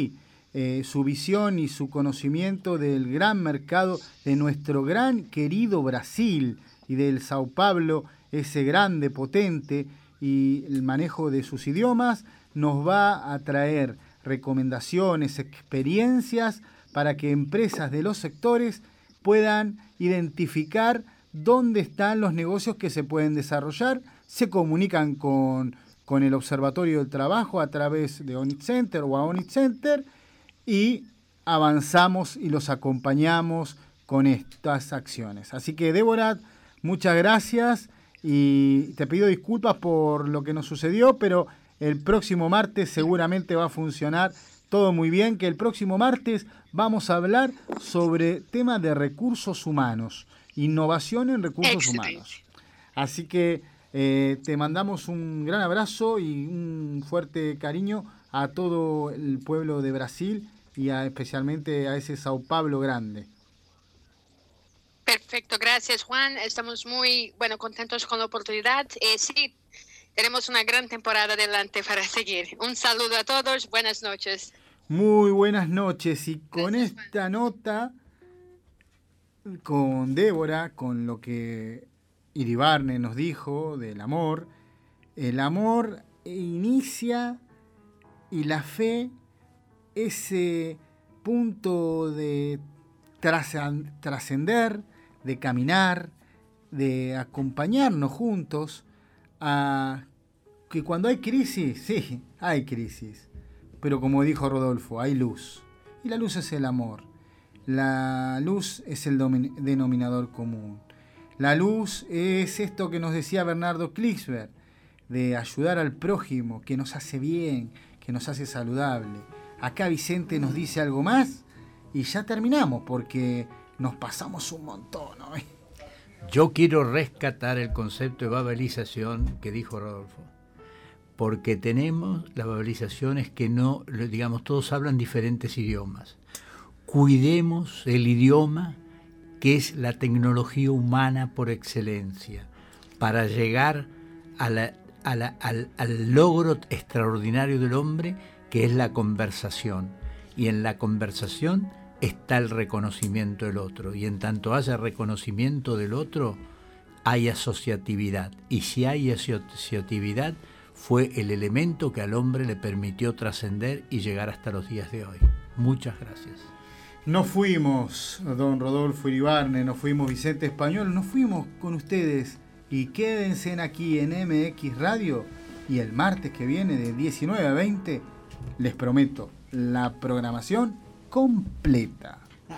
eh, su visión y su conocimiento del gran mercado de nuestro gran querido Brasil y del Sao Paulo, ese grande, potente, y el manejo de sus idiomas, nos va a traer recomendaciones, experiencias para que empresas de los sectores puedan identificar dónde están los negocios que se pueden desarrollar. Se comunican con, con el Observatorio del Trabajo a través de Onit Center o a Onit Center y avanzamos y los acompañamos con estas acciones. Así que, Débora, muchas gracias y te pido disculpas por lo que nos sucedió, pero el próximo martes seguramente va a funcionar todo muy bien, que el próximo martes vamos a hablar sobre temas de recursos humanos, innovación en recursos Excelente. humanos. Así que eh, te mandamos un gran abrazo y un fuerte cariño a todo el pueblo de Brasil y a, especialmente a ese Sao Paulo grande. Perfecto, gracias Juan. Estamos muy bueno contentos con la oportunidad. Eh, sí, tenemos una gran temporada adelante para seguir. Un saludo a todos, buenas noches. Muy buenas noches y con gracias, esta Juan. nota, con Débora, con lo que Iribarne nos dijo del amor, el amor inicia y la fe, ese punto de trascender, de caminar, de acompañarnos juntos a que cuando hay crisis, sí, hay crisis, pero como dijo Rodolfo, hay luz. Y la luz es el amor. La luz es el denominador común. La luz es esto que nos decía Bernardo Klicksberg, de ayudar al prójimo, que nos hace bien, que nos hace saludable. Acá Vicente nos dice algo más y ya terminamos, porque nos pasamos un montón, ¿no? Yo quiero rescatar el concepto de babelización que dijo Rodolfo, porque tenemos las babelizaciones que no, digamos, todos hablan diferentes idiomas. Cuidemos el idioma, que es la tecnología humana por excelencia, para llegar a la, a la, al, al logro extraordinario del hombre, que es la conversación. Y en la conversación está el reconocimiento del otro, y en tanto haya reconocimiento del otro, hay asociatividad, y si hay asociatividad, fue el elemento que al hombre le permitió trascender y llegar hasta los días de hoy. Muchas gracias. Nos fuimos, don Rodolfo Iribarne, nos fuimos Vicente Español, nos fuimos con ustedes, y quédense aquí en M X Radio, y el martes que viene de diecinueve a veinte, les prometo, la programación completa.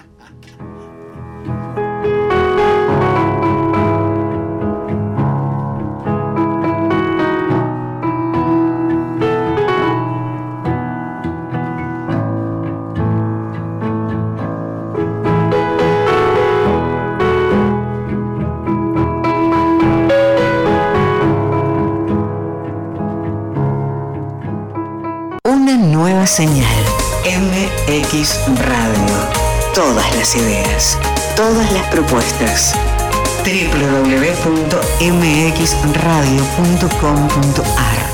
Una nueva señal. M X Radio. Todas las ideas, todas las propuestas. doble u doble u doble u punto m x radio punto com punto a r